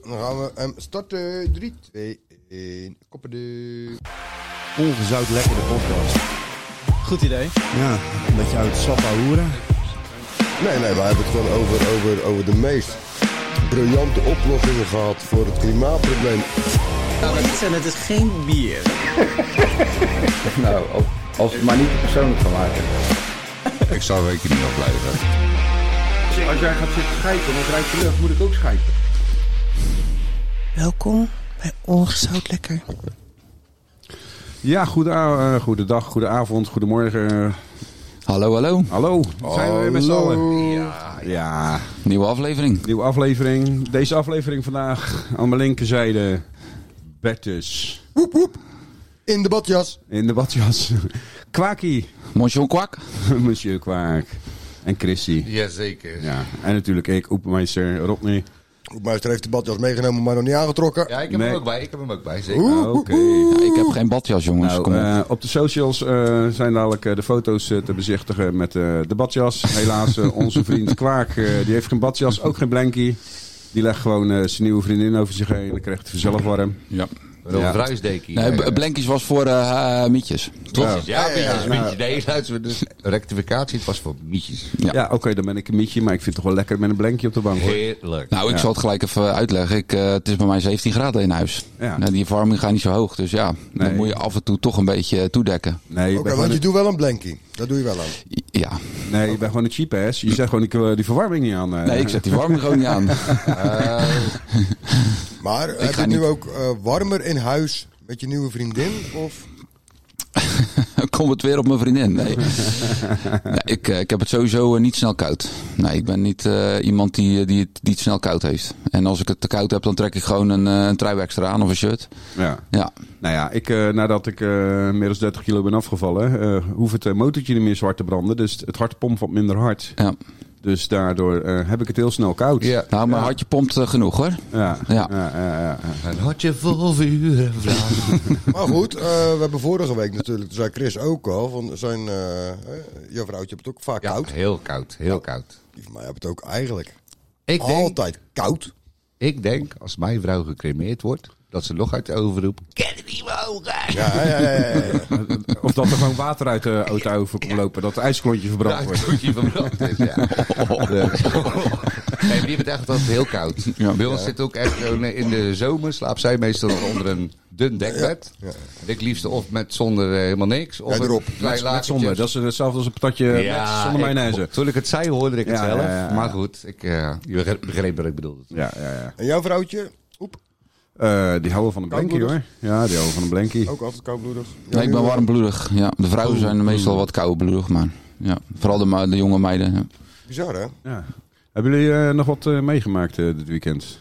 Dan gaan we starten. 3, 2, 1. Koppen de... Ongezout lekker de podcast. Goed idee. Ja, een beetje uit het sap hoeren. Nee, we hebben het gewoon over de meest briljante oplossingen gehad voor het klimaatprobleem. En het is geen bier. Nou, als het maar niet persoonlijk van maken. Ik zou weken niet afblijven. Als jij gaat zitten schijpen, dan ruikt je lucht, moet ik ook schijpen. Welkom bij Ongezout Lekker. Ja, goedendag, goedenavond, goedemorgen. Hallo. Hallo, zijn we weer met z'n allen? Ja. Nieuwe aflevering. Deze aflevering vandaag aan mijn linkerzijde Bertus. Woep woep. In de badjas. In de badjas. Kwaakie. Monsieur Kwak. Monsieur Kwaak. En Chrissy. Jazeker. Ja. En natuurlijk ik, Oepermeester Rodney. Oepmeister heeft de badjas meegenomen, maar nog niet aangetrokken. Ja, ik heb hem ook bij. Zeker. Oké. Ja, ik heb geen badjas, jongens. Nou, Kom op. op de socials zijn dadelijk de foto's te bezichtigen met de badjas. Helaas, onze vriend Kwaak, die heeft geen badjas, ook geen blankie. Die legt gewoon zijn nieuwe vriendin over zich heen. Dan krijgt hij vanzelf warm. Ja. Een vrijsdekie. Nee, Blankies was voor Mietjes. Toch? Ja, mietjes. Nee, luister, dus rectificatie, het was voor mietjes. Ja, oké, dan ben ik een mietje. Maar ik vind het toch wel lekker met een blankje op de bank. Hoor. Heerlijk. Nou, ik zal het gelijk even uitleggen. Het is bij mij 17 graden in huis. Ja. Nou, die verwarming gaat niet zo hoog. Dus ja, dan moet je af en toe toch een beetje toedekken. Nee, Oké, want je doet wel een blankie. Dat doe je wel aan. Ja. Nee, je bent gewoon een cheap ass. Je zet gewoon die verwarming niet aan. Nee, ik zet die verwarming gewoon niet aan. Maar heb je het nu ook warmer in huis met je nieuwe vriendin? Of... Kom het weer op mijn vriendin. Nee. Ik heb het sowieso niet snel koud. Nee, ik ben niet iemand die het niet snel koud heeft. En als ik het te koud heb, dan trek ik gewoon een trui extra aan of een shirt. Ja. Ja. Nou ja, nadat ik meer dan 30 kilo ben afgevallen, hoeft het motortje niet meer zwart te branden. Dus het hart pompt wat minder hard. Ja. Dus daardoor heb ik het heel snel koud. Ja. Nou, mijn hartje pompt genoeg hoor. Ja. Een hartje vol vuur en vlam. Maar goed, we hebben vorige week natuurlijk, toen zei Chris ook al, van zijn, jouw vrouwtje hebt het ook vaak Ja, koud. heel koud. Die van mij hebben het ook eigenlijk Ik denk, altijd koud. als mijn vrouw gecremeerd wordt, dat ze nog uit de overroep, ken het niet mogen. Ja. Of dat er gewoon water uit de auto over komt lopen. Dat het ijsklontje verbrand wordt. Goedje verbrand is, ja. Nee, die heeft het echt altijd heel koud. Ja. Bij ons zit ook echt in de zomer, slaapt zij meestal onder een dun dekbed. Ja. Ik liefst of met zonder helemaal niks. Of Ja, erop. een klein Met laagje. zonder. Dat is hetzelfde als een patatje met zonder mayonaise. Toen ik het zei, hoorde ik het Ja, zelf. ja. Maar goed, je begreep wat ik bedoelde. Ja. En jouw vrouwtje? Oep, Die houden van een blankie hoor. Koudbloedig? Ja, die houden van een blankie. ook altijd koudbloedig. Nee, ik ben warmbloedig. Ja, de vrouwen zijn meestal wat koudbloedig, maar ja, vooral de jonge meiden. Ja. Bizar, hè? Ja. Hebben jullie nog wat meegemaakt dit weekend?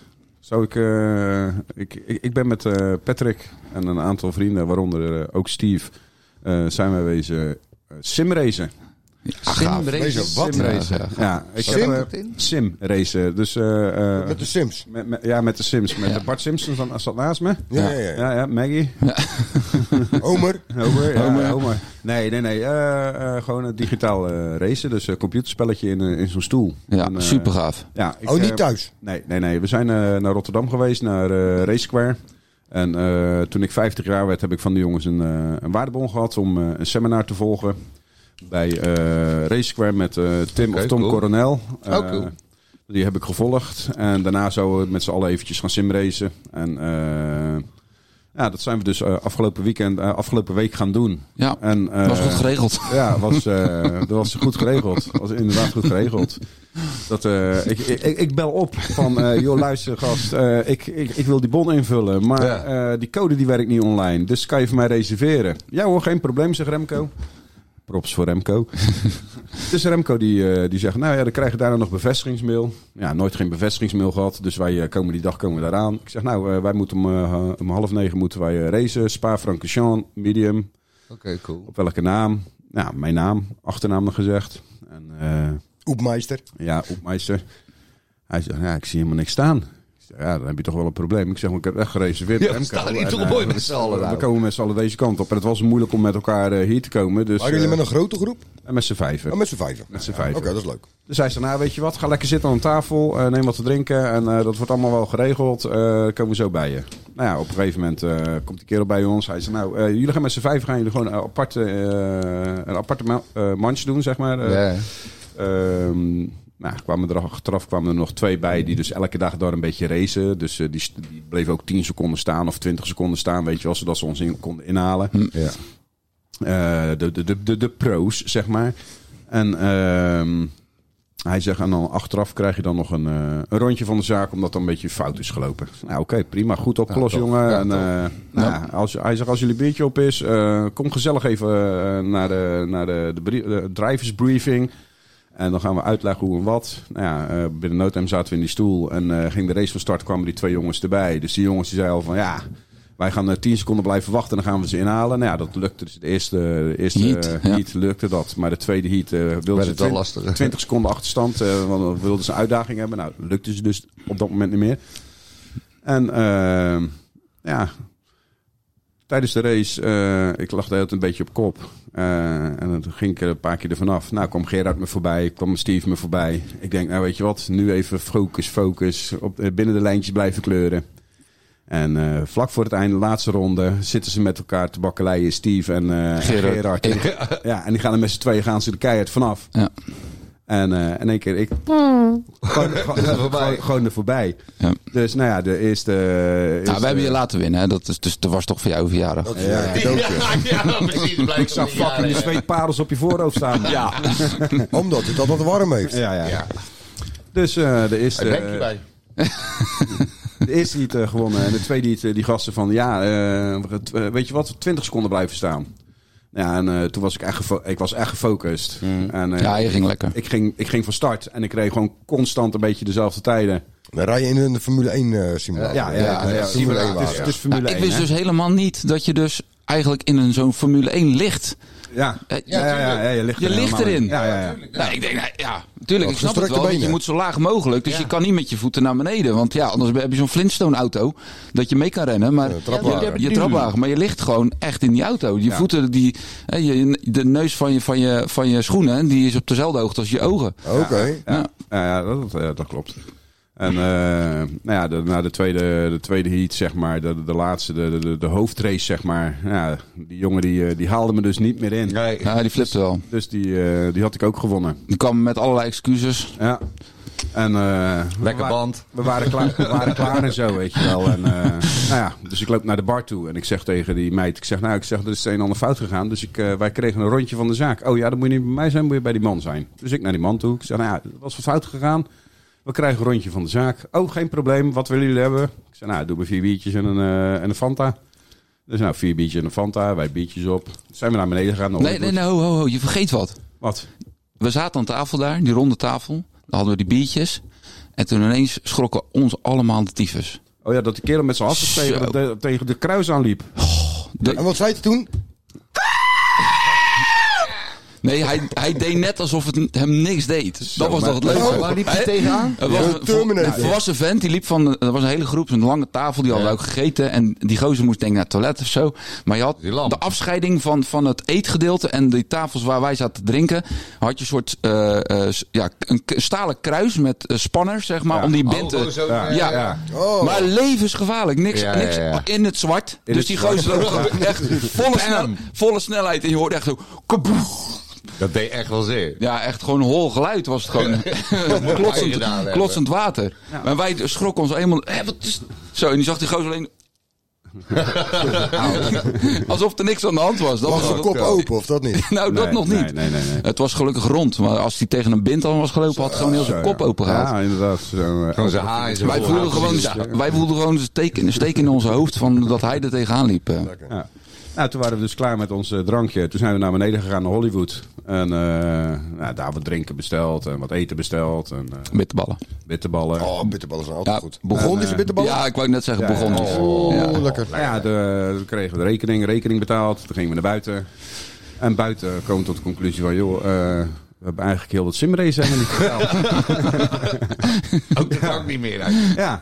Ik ben met Patrick en een aantal vrienden, waaronder ook Steve, zijn wij wezen simracen. Wezen wat? Simracen. Ja, ik Sim? heb simracen. Dus Met de Sims. met de Sims. Met Bart Simpson zat naast me. Ja. Ja, Maggie. Homer. Homer. Nee. Gewoon een digitaal racen. Dus een computerspelletje in zo'n stoel. Ja, En, super gaaf. Ja, Niet thuis. Nee. We zijn naar Rotterdam geweest, naar Race Square. En toen ik 50 jaar werd, heb ik van de jongens een waardebon gehad om een seminar te volgen. Bij Race Square met Tom Cool. Coronel. Cool. Die heb ik gevolgd. En daarna zouden we met z'n allen eventjes gaan simracen. En dat zijn we dus afgelopen week gaan doen. Ja, En, was goed geregeld. Ja, dat was goed geregeld. Dat was inderdaad goed geregeld. Ik bel op van, joh luister gast, ik wil die bon invullen. Maar die code die werkt niet online. Dus kan je voor mij reserveren? Ja hoor, geen probleem, zegt Remco. Props voor Remco. Dus Remco die zegt, nou ja, dan krijg je daarna nog bevestigingsmail. Ja, nooit geen bevestigingsmail gehad. Dus wij komen die dag daaraan. Ik zeg, nou, wij moeten om 8:30 moeten wij racen. Spa-Francorchamps, medium. Oké, cool. Op welke naam? Nou, mijn naam, achternaam nog gezegd. En, Oepmeister. ja, Oepmeister. Hij zegt, ja, ik zie helemaal niks staan. Ik Ja, dan heb je toch wel een probleem. Ik zeg, maar ik heb echt gereserveerd. Ja, we staan hier toch mooi met z'n allen. We komen met z'n allen deze kant op. En het was moeilijk om met elkaar hier te komen. Dus, Waren jullie met een grote groep? met z'n vijven. Oh, met z'n vijven. Met z'n vijven. Oké, dat is leuk. Dus hij zei, nou weet je wat, ga lekker zitten aan een tafel. Neem wat te drinken. En dat wordt allemaal wel geregeld. Komen we zo bij je. Nou ja, op een gegeven moment komt die kerel bij ons. Hij zei, nou, jullie gaan met z'n vijven gaan jullie gewoon een aparte manche doen, zeg maar. Ja. Nou, achteraf kwamen er nog 2 bij die dus elke dag daar een beetje racen. Dus die bleven ook 10 seconden staan of 20 seconden staan, weet je wel, zodat ze ons konden inhalen. Ja. De pro's, zeg maar. En hij zegt, en dan achteraf krijg je dan nog een rondje van de zaak, omdat er een beetje fout is gelopen. Nou, oké, prima, goed opgelost, Ja, jongen. Ja, en, hij zegt, als jullie biertje op is, kom gezellig even naar de drivers briefing. En dan gaan we uitleggen hoe en wat. Nou ja, binnen no time zaten we in die stoel. En ging de race van start, kwamen die 2 jongens erbij. Dus die jongens die zeiden al van, ja, wij gaan 10 seconden blijven wachten en dan gaan we ze inhalen. Nou ja, dat lukte. Dus de eerste heat lukte dat. Maar de tweede heat wilden ze 20 seconden achterstand. Want dan wilden ze een uitdaging hebben. Nou, dat lukte ze dus op dat moment niet meer. En ja, tijdens de race, ik lag de hele tijd een beetje op kop. En dan ging ik een paar keer er vanaf. Nou, kwam Gerard me voorbij, kwam Steve me voorbij. Ik denk, nou weet je wat, nu even focus. Binnen de lijntjes blijven kleuren. En vlak voor het einde, de laatste ronde, zitten ze met elkaar te bakkeleien, Steve en Gerard. Ja, en die gaan er met z'n tweeën gaan ze de keihard vanaf. Ja. En in één keer, gewoon er voorbij. Ja. Dus nou ja, de eerste... we hebben je laten winnen, hè? Dat was toch voor jouw verjaardag? Precies. Ik zag fucking 2 parels op je voorhoofd staan. Ja. Omdat het altijd warm heeft. Ja. Dus de eerste... Daar denk je bij. De eerste heat gewonnen en de tweede heat die gasten van... weet je wat, 20 seconden blijven staan. Ja, en toen was ik was echt gefocust. En, je ging lekker. Ik ging van start en ik kreeg gewoon constant een beetje dezelfde tijden. Dan rij je in de Formule 1 simulator. Ja, Formule 1 het is Formule 1. Ik wist dus helemaal niet dat je dus eigenlijk in zo'n Formule 1 ligt. Je ligt erin. Ja. Nou, ik denk, natuurlijk, ik snap het wel. Je moet zo laag mogelijk. Dus je kan niet met je voeten naar beneden. Want ja, anders heb je zo'n Flintstone auto. Dat je mee kan rennen. Maar je trapwagen. Maar je ligt gewoon echt in die auto. Je voeten, de neus van je schoenen, die is op dezelfde hoogte als je ogen. Oké. Dat klopt. En na de tweede heat, zeg maar, de laatste, de hoofdrace, zeg maar. Ja, die jongen die haalde me dus niet meer in. Ja, die flipte wel. Dus die had ik ook gewonnen. Die kwam met allerlei excuses. Ja. En lekker band. We waren klaar en zo, weet je wel. En, dus ik loop naar de bar toe en ik zeg tegen die meid, er is een en ander fout gegaan. Dus wij kregen een rondje van de zaak. Oh ja, dan moet je niet bij mij zijn, moet je bij die man zijn. Dus ik naar die man toe. Ik zeg, er was wat fout gegaan. We krijgen een rondje van de zaak. Oh, geen probleem. Wat willen jullie hebben? Ik zei, doe maar 4 biertjes en een Fanta. Dus 4 biertjes en een Fanta. Wij biertjes op. Toen zijn we naar beneden gegaan. Nee, je vergeet wat. Wat? We zaten aan tafel daar, die ronde tafel. Dan hadden we die biertjes. En toen ineens schrokken ons allemaal de tyfus. Oh ja, dat die kerel met zijn handen tegen de kruis aanliep. En wat zei hij toen? Nee, hij deed net alsof het hem niks deed. Dat was toch het leuke. Waar liep je tegenaan? Het was een volwassen vent. Die liep er was een hele groep, een lange tafel. Die hadden ook gegeten. En die gozer moest denk ik naar het toilet of zo. Maar je had de afscheiding van het eetgedeelte. En die tafels waar wij zaten te drinken. Had je een soort een stalen kruis met spanners, zeg maar. Om die binten. Maar levensgevaarlijk. Niks in het zwart. Dus die gozer loopt echt volle snelheid. En je hoorde echt zo... Dat deed echt wel zeer. Ja, echt gewoon een hol geluid was het gewoon. klotsend water. Ja. Maar wij schrokken ons eenmaal... wat is... Zo, en die zag die gozer alleen... Alsof er niks aan de hand was. Was zijn kop open of dat niet? Dat nog niet. Nee. Het was gelukkig rond. Maar als hij tegen een bind was gelopen, had gewoon heel zijn kop open gehad. Ja, inderdaad. Gewoon zijn haar. Wij voelden gewoon een steek in onze hoofd van dat hij er tegenaan liep. Ja. Nou, toen waren we dus klaar met ons drankje. Toen zijn we naar beneden gegaan naar Hollywood. En daar wat drinken besteld en wat eten besteld. En, bitterballen. Oh, bitterballen zijn altijd goed. Burgondische bitterballen? Ja, ik wou net zeggen Burgondisch. Lekker. Toen kregen we de rekening betaald. Toen gingen we naar buiten. En buiten komen we tot de conclusie van, we hebben eigenlijk heel dat simrace helemaal niet betaald. Ook de bank niet meer uit. Ja.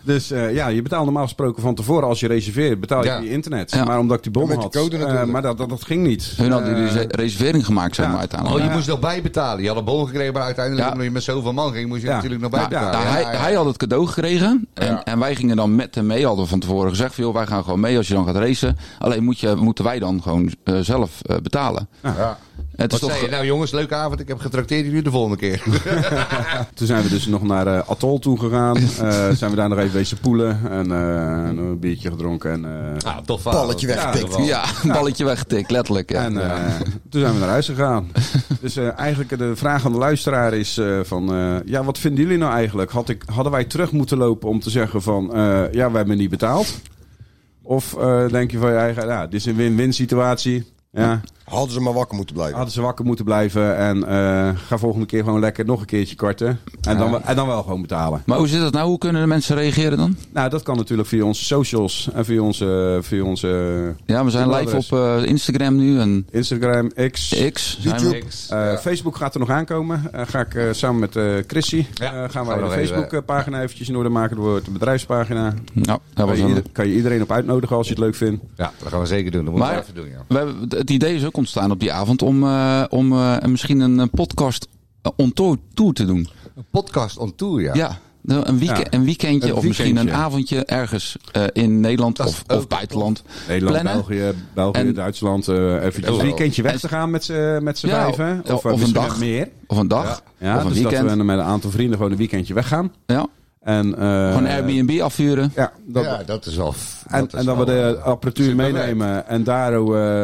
Dus je betaalt normaal gesproken van tevoren als je reserveert. Betaal je Ja. via internet. Ja. Maar omdat ik die bon Met had. die code natuurlijk. Maar dat ging niet. Hun hadden die reservering gemaakt, zeg maar, uiteindelijk. Oh, je moest nog bijbetalen. Je had een bon gekregen, maar uiteindelijk, Ja. omdat je met zoveel man ging, moest je Ja. natuurlijk nog Ja. bijbetalen. Nou, hij had het cadeau gekregen Ja. en wij gingen dan met hem mee. Hadden we van tevoren gezegd, joh, wij gaan gewoon mee als je dan gaat racen. Alleen moeten wij dan gewoon zelf betalen. Ja. Het is Wat zei je? Nou jongens, leuke avond. Ik heb getrakteerd, jullie de volgende keer. Toen zijn we dus nog naar Atoll toe gegaan. Zijn we daar nog even wezen poelen. En een biertje gedronken. En, Tof Balletje weggetikt. Ja, een balletje weggetikt, letterlijk. Ja. en toen zijn we naar huis gegaan. Dus eigenlijk de vraag aan de luisteraar is wat vinden jullie nou eigenlijk? Hadden wij terug moeten lopen om te zeggen van, we hebben niet betaald? Of denk je van je eigen, dit is een win-win situatie. Ja. Hadden ze maar wakker moeten blijven. Hadden ze wakker moeten blijven en ga volgende keer gewoon lekker nog een keertje karten. En dan wel gewoon betalen. Maar hoe zit dat nou? Hoe kunnen de mensen reageren dan? Nou, dat kan natuurlijk via onze socials en via onze Ja, we zijn live op Instagram nu en Instagram, X. zijn we. Facebook gaat er nog aankomen. Ga ik samen met Chrissy gaan wij de nog even. Facebook-pagina eventjes in orde maken. Dat wordt de bedrijfsrijfsbedrijfspagina. Nou, dat was een... Kan je iedereen op uitnodigen als je het leuk vindt. Ja, dat gaan we zeker doen. Dat moeten we Maar even doen, ja. we hebben, het idee is ook ontstaan op die avond om misschien een podcast on tour te doen. Een podcast on tour, ja. Ja, een weekendje Een of misschien weekendje. een avondje ergens in Nederland Dat is of ook buitenland. Nederland, Plannen. België, En- Duitsland. Eventjes een weekendje weg te gaan met z'n vijven. of misschien een dag. met meer. Of een dag, Ja, of een dus weekend. dat we met een aantal vrienden gewoon een weekendje weggaan. Ja, En, gewoon Airbnb afvuren. Ja, Ja, dat is wel... en dan we de apparatuur superleuk. meenemen en daar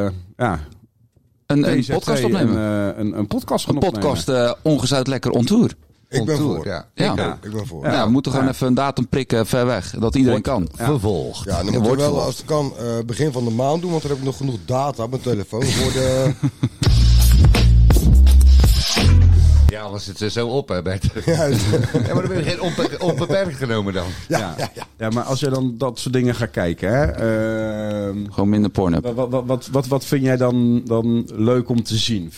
Een TZT podcast opnemen. Een podcast gaan Een podcast ongezout lekker on tour. Ik ben On tour, voor. ja. Ja. Ik ben voor. Ja, we moeten gewoon even een datum prikken ver weg. Dat iedereen kan. Vervolgd. Ja, dan moeten wordt we wel, verwacht. als het kan, begin van de maand doen. Want dan heb ik nog genoeg data op mijn telefoon voor de... Ja, anders zit ze zo op, hè, Bert. Ja, Ja, maar dan ben je geen onbeperkt genomen dan. Ja, maar als je dan dat soort dingen gaat kijken, hè, Gewoon minder porno. wat vind jij dan leuk om te zien?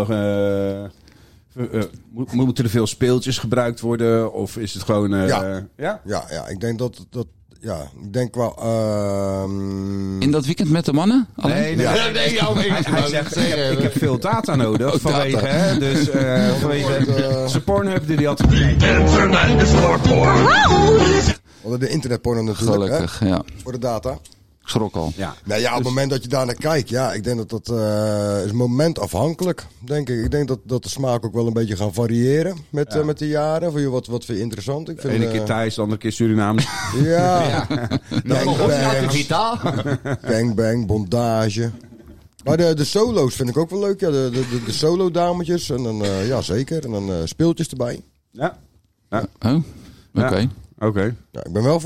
Moeten er veel speeltjes gebruikt worden? Of is het gewoon... Ja. Ja? ja, ik denk dat ik denk wel... In dat weekend met de mannen? Alleen? Nee. Hij zegt, ik heb veel data nodig vanwege, data. hè, dus vanwege zijn Pornhub die hij had gekeken. we hadden de internetporno natuurlijk, Gelukkig, hè, ja. voor de data. Ik schrok al. Ja. Nou ja, op het moment dat je daar naar kijkt, ik denk dat is momentafhankelijk, denk ik. Ik denk dat de smaak ook wel een beetje gaan variëren met de jaren. Voor je wat vind je interessant? Ik De vind, ene keer Thijs, de andere keer Suriname. Ja, Nou, bang, Vitaal. bang, bondage. Maar de solo's vind ik ook wel leuk. Ja, de solo dametjes. En dan, zeker. En dan speeltjes erbij. Ja. Oh, oké. Ja. Oké. Ja, ik ben wel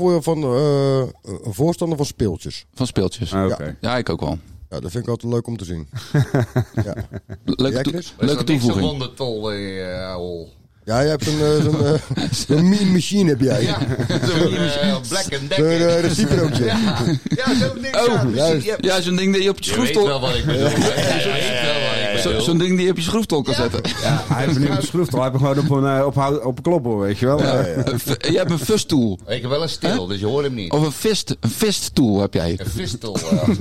een voorstander van speeltjes. Van speeltjes. Oké. Ja, ik ook wel. Ja, dat vind ik altijd leuk om te zien. Ja, Leuke, Jij, Chris? leuke toevoeging. Zo'n tol, ouwe. ja je hebt zo'n mean machine heb jij. Ja, zo'n Black and Zo'n Decker. recieprootje. Ja, zo'n ding. Oh, juist. Ja, zo'n ding die je op je Je weet schroeftol... wel wat ik bedoel. Je weet wel wat ik bedoel. Zo'n ding die je op je schroeftol kan zetten. Hij heeft nu op de schroeftel. Hij heeft hem gewoon op een klopper, weet je wel. Je hebt een fisttool. Ik heb wel een stil, dus je hoort hem niet. Of een fisttool heb jij. Een fistel.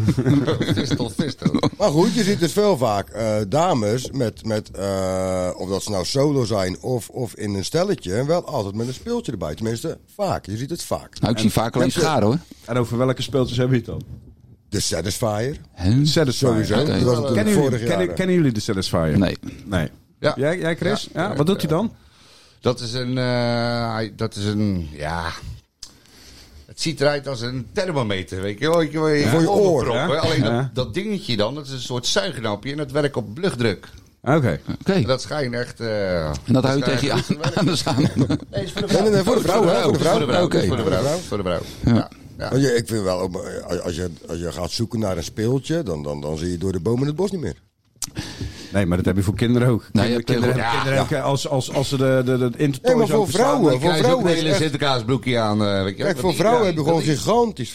Fistel. Maar goed, je ziet dus veel vaak dames met of dat ze nou solo zijn of in een stelletje. En wel altijd met een speeltje erbij. Tenminste, vaak. Je ziet het vaak. Nou, ik zie vaak alleen scharen hoor. En over welke speeltjes hebben we het dan? De Satisfier. Satisfier. Sowieso. Oké. Die was natuurlijk vorig jaar. Kennen jullie de Satisfier? Nee. Nee. Ja. Jij Chris? Ja. Ja. Wat doet hij dan? Dat is een, ja... Het ziet eruit als een thermometer, weet je wel. Voor je oor, Proppen. ja. Alleen Ja. dat dingetje dan, dat is een soort zuignapje en dat werkt op luchtdruk. Oké. Oké. En dat schijnt echt... En dat hou je tegen je aan de aan. Nee, is voor de vrouw. Nee, voor de vrouw, hè? Voor de Voor de vrouw. vrouw. Oké. Voor de vrouw. Voor de vrouw. Ja. Ja. Want ik vind wel, als je gaat zoeken naar een speeltje, dan zie je door de bomen het bos niet meer. Nee, maar dat heb je voor kinderen ook. Nee, je hebt Kinderen tegenwoordig- ook, als ze de Intertoys Nee, maar voor ook verslaan, vrouwen, Ik krijg vrouwen een is hele echt- Sinterklaasbroekje aan. Weet je, Kijk, voor vrouwen heb je gewoon gigantisch veel.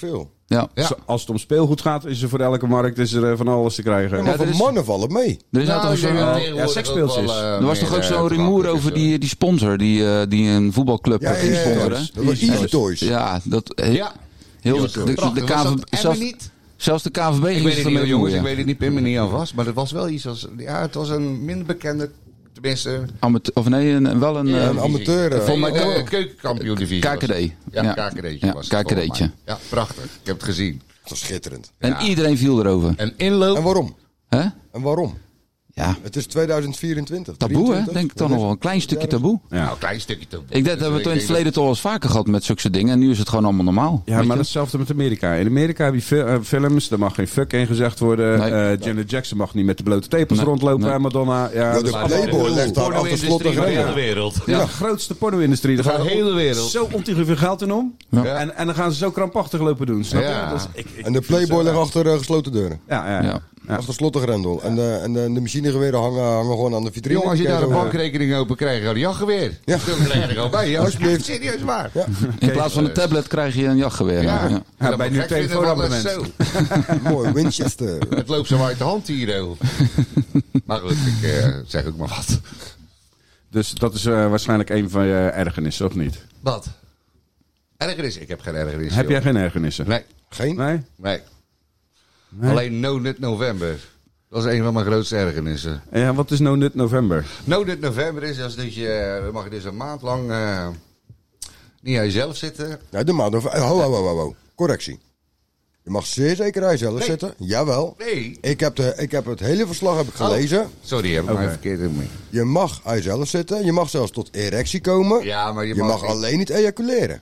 Ja. Ja. Als het om speelgoed gaat, is er voor elke markt van alles te krijgen. Ja, maar voor er is- mannen vallen mee. Er is net al ik denk dat zo'n... tegenwoordig seksspeeltjes. ook wel, Er was toch ook meer, zo'n rumoer toegankelijk over is, die sponsor, die een voetbalclub Ja, ging sponsoren. Dat was Easy Toys. Ja, dat... Ja. Heel Was de prachtig. KVB... Was dat Emmen zelfs- niet? Zelfs de KVB Ik ging weet zich het niet, ermee jongens. Ik bemoeien. weet het niet, pin me niet aan vast. Maar dat was wel iets als... Ja, het was een minder bekende... Tenminste... Wel een... Een amateur. Voor mij toch- keukenkampioen-divisie. KKD. Ja, KKD'tje Ja, was het KKD'tje. volgens mij. Ja, prachtig. Ik heb het gezien. Dat was schitterend. En Ja. iedereen viel erover. En inloop... En waarom? Hè? En waarom? Ja, Het is 2024. taboe hè? 23. Denk ik dan nog wel. Een klein stukje taboe. Nou, een klein stukje te... Ik denk dat we het in het verleden toch wel eens vaker gehad met zulke dingen. En nu is het gewoon allemaal normaal. Ja, Weet maar je? hetzelfde met Amerika. In Amerika heb je films, daar mag geen fuck in gezegd worden. Nee. Janet Jackson mag niet met de blote tepels Nee. rondlopen. Nee. En Madonna, Ja, de Playboy legt daar achter slot en van de hele grendel. wereld. Ja, de grootste porno-industrie. Daar Van gaat de hele wereld. zo ontiegelijk veel geld in om. Ja. En dan gaan ze zo krampachtig lopen doen. Snap je? Ja. Dat is- En de Playboy ligt achter gesloten deuren. Ja. Ja. Achter slot en grendel. En de machinegeweren hangen gewoon aan de vitrine. Jongen, als je daar een Zo, bankrekening open krijgt, ga je jachtgeweer. Ja. Dat leg ik al bij. Ja, Alsjeblieft. serieus waar. Ja. In plaats van een tablet krijg je een jachtgeweer. Ja. Ja. Ja, Dat bij moet nu gek vinden, telefoonabonnement. want dat is zo. Mooi, Winchester. Het loopt zo uit de hand hier. Hoor. Maar goed, ik zeg ook maar wat. Dus dat is waarschijnlijk een van je ergernissen, of niet? Wat? Ergernis? Ik heb geen ergernis. Heb joh. jij geen ergernissen? Nee, Geen? Nee? nee. Alleen No Nut November. Dat is een van mijn grootste ergernissen. Ja, wat is No Nut November? No Nut November is als dat je... Dan mag je dus een maand lang niet aan jezelf zitten. Ja, de maand. Ho. Correctie. Je mag zeer zeker aan jezelf Nee. zitten. Jawel. Nee. Ik heb het hele verslag heb ik gelezen. Sorry, heb ik Oké. maar verkeerd in me. Je mag aan jezelf zitten. Je mag zelfs tot erectie komen. Ja, maar je mag niet- alleen niet ejaculeren.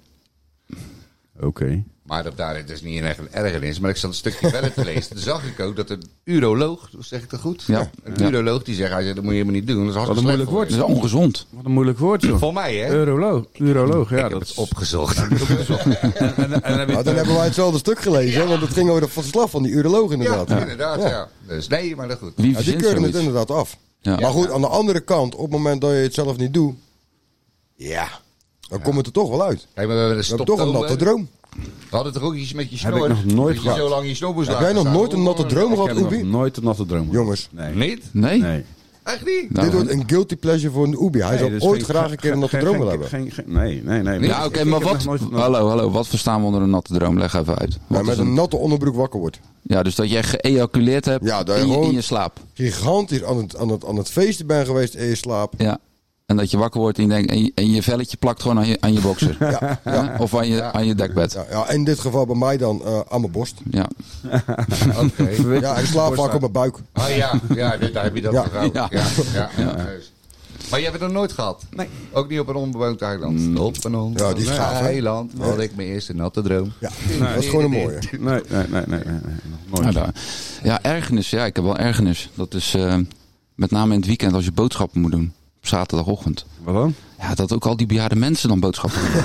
Oké. Maar dat is niet echt een ergernis. Maar ik zat een stukje verder te lezen. Toen zag ik ook dat een uroloog, zeg ik dat goed? Ja. Een uroloog die zegt, dat moet je helemaal niet doen. Dat is Wat hartstikke een slecht moeilijk voor Dat is ongezond. Wat een moeilijk woord, joh. je. Voor mij, hè? Uroloog, ja. ik heb dat het is opgezocht. En heb je Nou, dan hebben wij hetzelfde stuk gelezen. hè, Want het ging over de verslag van die uroloog inderdaad. Ja, inderdaad, ja. Dus nee, maar dat goed. Wie Ja, die verzint keuren het zoiets? inderdaad af. Ja. Maar goed, aan de andere kant, op het moment dat je het zelf niet doet, ja, dan komt het er toch wel uit. Kijk, maar we hebben een We hebben toch een natte stoptober. droom. We hadden toch ook iets met je Heb ik snor? nog nooit Dat je gehad. zo lang je snor moest Heb laten jij nog staan. nooit een natte droom Ik gehad, heb nog Oebi? nooit een natte droom. Jongens, Nee. Niet? Nee? Nee. Echt niet? Nou, dit wordt een guilty pleasure voor een Oebi. Hij Nee, zou dus ooit geen- graag een keer een natte droom willen hebben. Nee. Ja, oké, maar wat... Hallo, wat verstaan we onder een natte droom? Leg even uit. Ja, Wat met is een natte onderbroek wakker wordt. Ja, dus dat jij geëjaculeerd hebt Ja, dat je in gewoon- je slaap. Gigantisch aan het feesten ben geweest in je slaap. Ja. En dat je wakker wordt en je, denkt, en je velletje plakt gewoon aan je boxer. Ja, Ja? Of aan je dekbed. ja, ja, in dit geval bij mij dan aan mijn borst. Ja. Oké. Ja, ik slaap vaak op mijn buik. Ah ja, daar heb je dat Ja. toch ook. Ja. Ja. Juist. Maar jij hebt het nog nooit gehad? Nee. Ook niet op een onbewoond eiland? Op een onbewoond Ja, die is gaaf, hè? eiland had ik mijn eerste natte droom. Ja, dat is gewoon een mooie. Nee. Nog nooit. Ja, ergernis. Ja, ik heb wel ergernis. Dat is met name in het weekend als je boodschappen moet doen. Op zaterdagochtend. Wat dan? Ja, dat ook al die bejaarde mensen dan boodschappen doen.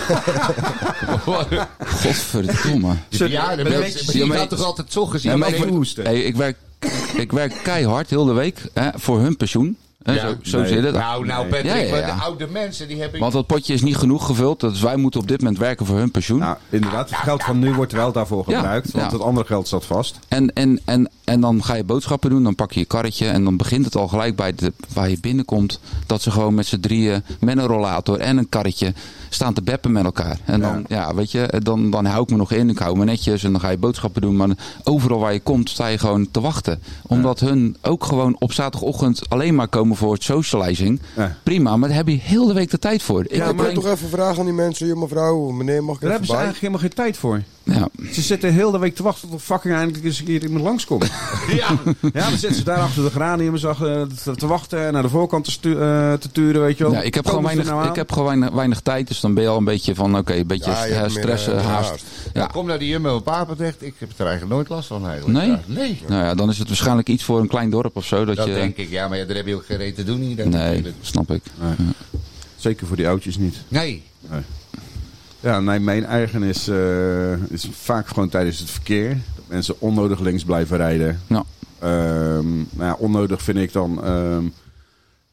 Godverdomme. Die bejaarde mensen, die gaan toch altijd zo gezien? Ja, maar maar ik werk keihard heel de week voor hun pensioen. Hè, Ja, zo nee. zit het. Nou, Patrick, Ja, ja, maar ja. de oude mensen die hebben... Want dat potje is niet genoeg gevuld. Dus wij moeten op dit moment werken voor hun pensioen. Nou, inderdaad. Het geld van nu wordt wel daarvoor Ja, gebruikt. Want ja. het andere geld staat vast. En dan ga je boodschappen doen. Dan pak je je karretje. En dan begint het al gelijk bij waar je binnenkomt. Dat ze gewoon met z'n drieën met een rollator en een karretje staan te beppen met elkaar. En dan, weet je, dan hou ik me nog in. Ik hou me netjes en dan ga je boodschappen doen. Maar overal waar je komt sta je gewoon te wachten. Omdat hun ook gewoon op zaterdagochtend alleen maar komen voor het socializing. Ja. Prima, maar daar heb je heel de week de tijd voor. Ik wil toch even vragen aan die mensen. Ja, mevrouw, meneer, mag ik Daar even hebben ze bij? eigenlijk helemaal geen tijd voor. Ja. Ze zitten heel de week te wachten tot fucking eindelijk eens een keer iemand langskomt. Ja. Ja, dan zitten ze daar achter de geraniums te wachten en naar de voorkant te turen, weet je wel. Ja, ik heb gewoon Komen ze weinig, nou aan? ik heb gewoon weinig tijd. Dus dan ben je al een beetje van, een beetje Ja, je hebt stress, meer, haast. haast. Ja. Kom naar die Jumbo en Papendrecht. Ik heb er eigenlijk nooit last van eigenlijk. Nee? Ja, nee. Nou ja, dan is het waarschijnlijk iets voor een klein dorp of zo. Dat Dat je... denk ik. Ja, maar ja, daar heb je ook geen reet te doen hier. denk Nee, ik. snap ik. Zeker voor die oudjes niet. Nee. Ja, nee, mijn ergernis is vaak gewoon tijdens het verkeer. Dat mensen onnodig links blijven rijden. Ja. Nou ja, onnodig vind ik dan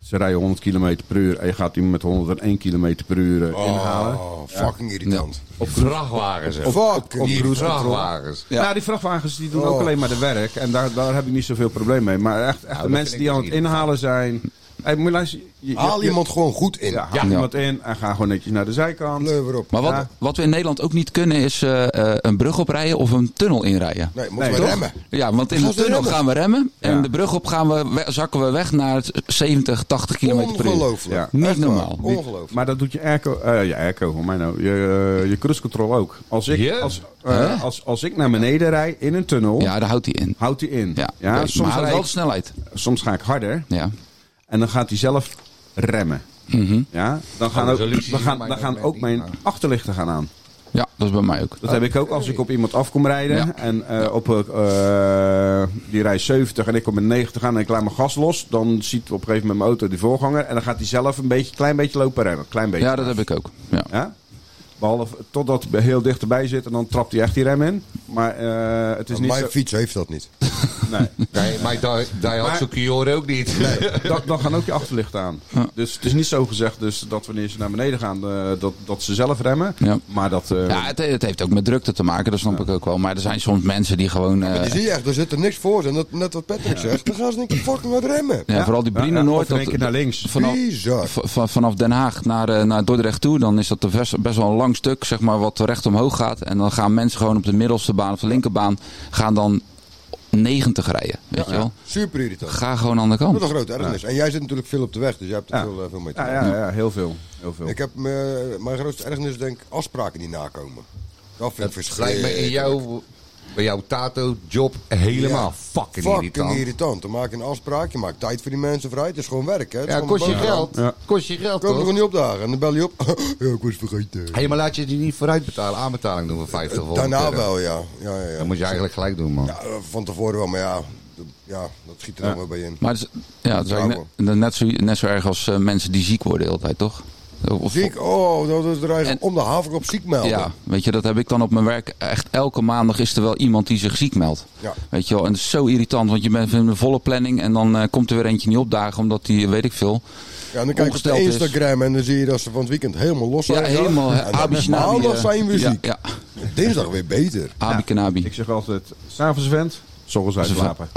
Ze rijden 100 km per uur en je gaat iemand met 101 km per uur inhalen. Oh, fucking irritant. Op vrachtwagens. hè. Fucking vrachtwagens. Ja, die vrachtwagens die doen ook alleen maar de werk. En daar heb ik niet zoveel probleem mee. Maar echt de dat mensen vind die ik aan dus het inhalen zijn... Hey, moet je luisteren, Haal iemand gewoon goed in. Ja, haal iemand in en ga gewoon netjes naar de zijkant. Kleur op. Maar wat we in Nederland ook niet kunnen is een brug oprijden of een tunnel inrijden. Nee, moeten Nee, we toch? remmen. Ja, want in Gaan de ze tunnel remmen? gaan we remmen en Ja. de brug op zakken we weg naar 70, 80 km per uur. Ongelooflijk. Ja. Niet Echt waar. normaal. Ongelooflijk. Maar dat doet je airco, hoor mij nou. Je cruise control ook. Als ik, Ja? als ik naar beneden rijd in een tunnel, Ja, daar houdt hij in. houdt hij in. Ja, oké, soms, maar houdt rijd wel ik- de snelheid. soms ga ik harder Ja. en dan gaat hij zelf remmen. Mhm. Ja? Dan gaan, Oh, ook, resolutie dan is gaan, bij dan mij gaan net ook niet, mijn maar- achterlichten gaan aan. Ja, dat is bij mij ook. Dat heb ik ook als ik op iemand af kom rijden. Ja. En die rijdt 70 en ik kom met 90 aan en ik laat mijn gas los. Dan ziet op een gegeven moment mijn auto die voorganger. En dan gaat hij zelf klein beetje lopen remmen. Klein beetje. Ja, dat heb ik ook. Ja. Ja? Behalve totdat hij heel dichterbij zit en dan trapt hij echt die rem in. Maar het is niet Mijn zo... fiets heeft dat niet. Nee. Nee, maar Daihatsu Kiore ook niet. Dan gaan ook je achterlichten aan. Dus het is niet zo gezegd dus dat wanneer ze naar beneden gaan, dat ze zelf remmen. Ja. Maar dat... Ja, het heeft ook met drukte te maken, dat snap ik ook wel. Maar er zijn soms mensen die gewoon... Die zie je echt, er zit er niks voor ze. En net wat Patrick zegt, dan gaan ze niet fucking wat remmen. ja, vooral die Brina Of Noord. in één keer naar links. Bizar. Vanaf Den Haag naar Dordrecht toe, dan is dat best wel een lang stuk, zeg maar, wat recht omhoog gaat. En dan gaan mensen gewoon op de middelste baan of de linkerbaan gaan dan 90 rijden. Weet je wel? Super irritant. Ga gewoon aan de kant. Dat is een grote ergernis. En jij zit natuurlijk veel op de weg, dus jij hebt er Ja. veel mee te maken. Ja, heel veel. Heel veel. Ik heb mijn grootste ergernis denk ik afspraken die nakomen. Dat vind ik Lijkt verschrikkelijk. me bij jouw tato-job helemaal fucking irritant. irritant. Dan maak je een afspraak, je maakt tijd voor die mensen vrij. Het is gewoon werk, hè. Het is Ja, gewoon kost je een boterham. geld. Ja. Kost je geld, Komen er toch? gewoon niet opdagen. En dan bel je op. Ja, ik was vergeten. Hé, maar laat je die niet vooruit betalen. Aanbetaling doen we 50 voor. Daarna wel, ja. Ja. Dat moet je eigenlijk gelijk doen, man. Ja, van tevoren wel, maar dat schiet er dan wel bij in. Maar het is eigenlijk net zo erg als mensen die ziek worden de hele tijd, toch? Of- Ziek, dat is er eigenlijk om de haverkop ziek melden. Ja, weet je, dat heb ik dan op mijn werk. Echt elke maandag is er wel iemand die zich ziek meldt. Ja. Weet je wel, en het is zo irritant, want je bent in een volle planning en dan komt er weer eentje niet opdagen, omdat die, weet ik veel. Ja, en dan kijk je op ongesteld is. Instagram en dan zie je dat ze van het weekend helemaal los zijn. Ja, helemaal. En dan Abi-shnabi, maandag zijn we ja, ziek. ja. Dinsdag weer beter. Abi-kanabi. Ik zeg altijd, s'avonds vent, 's ochtends uitslapen.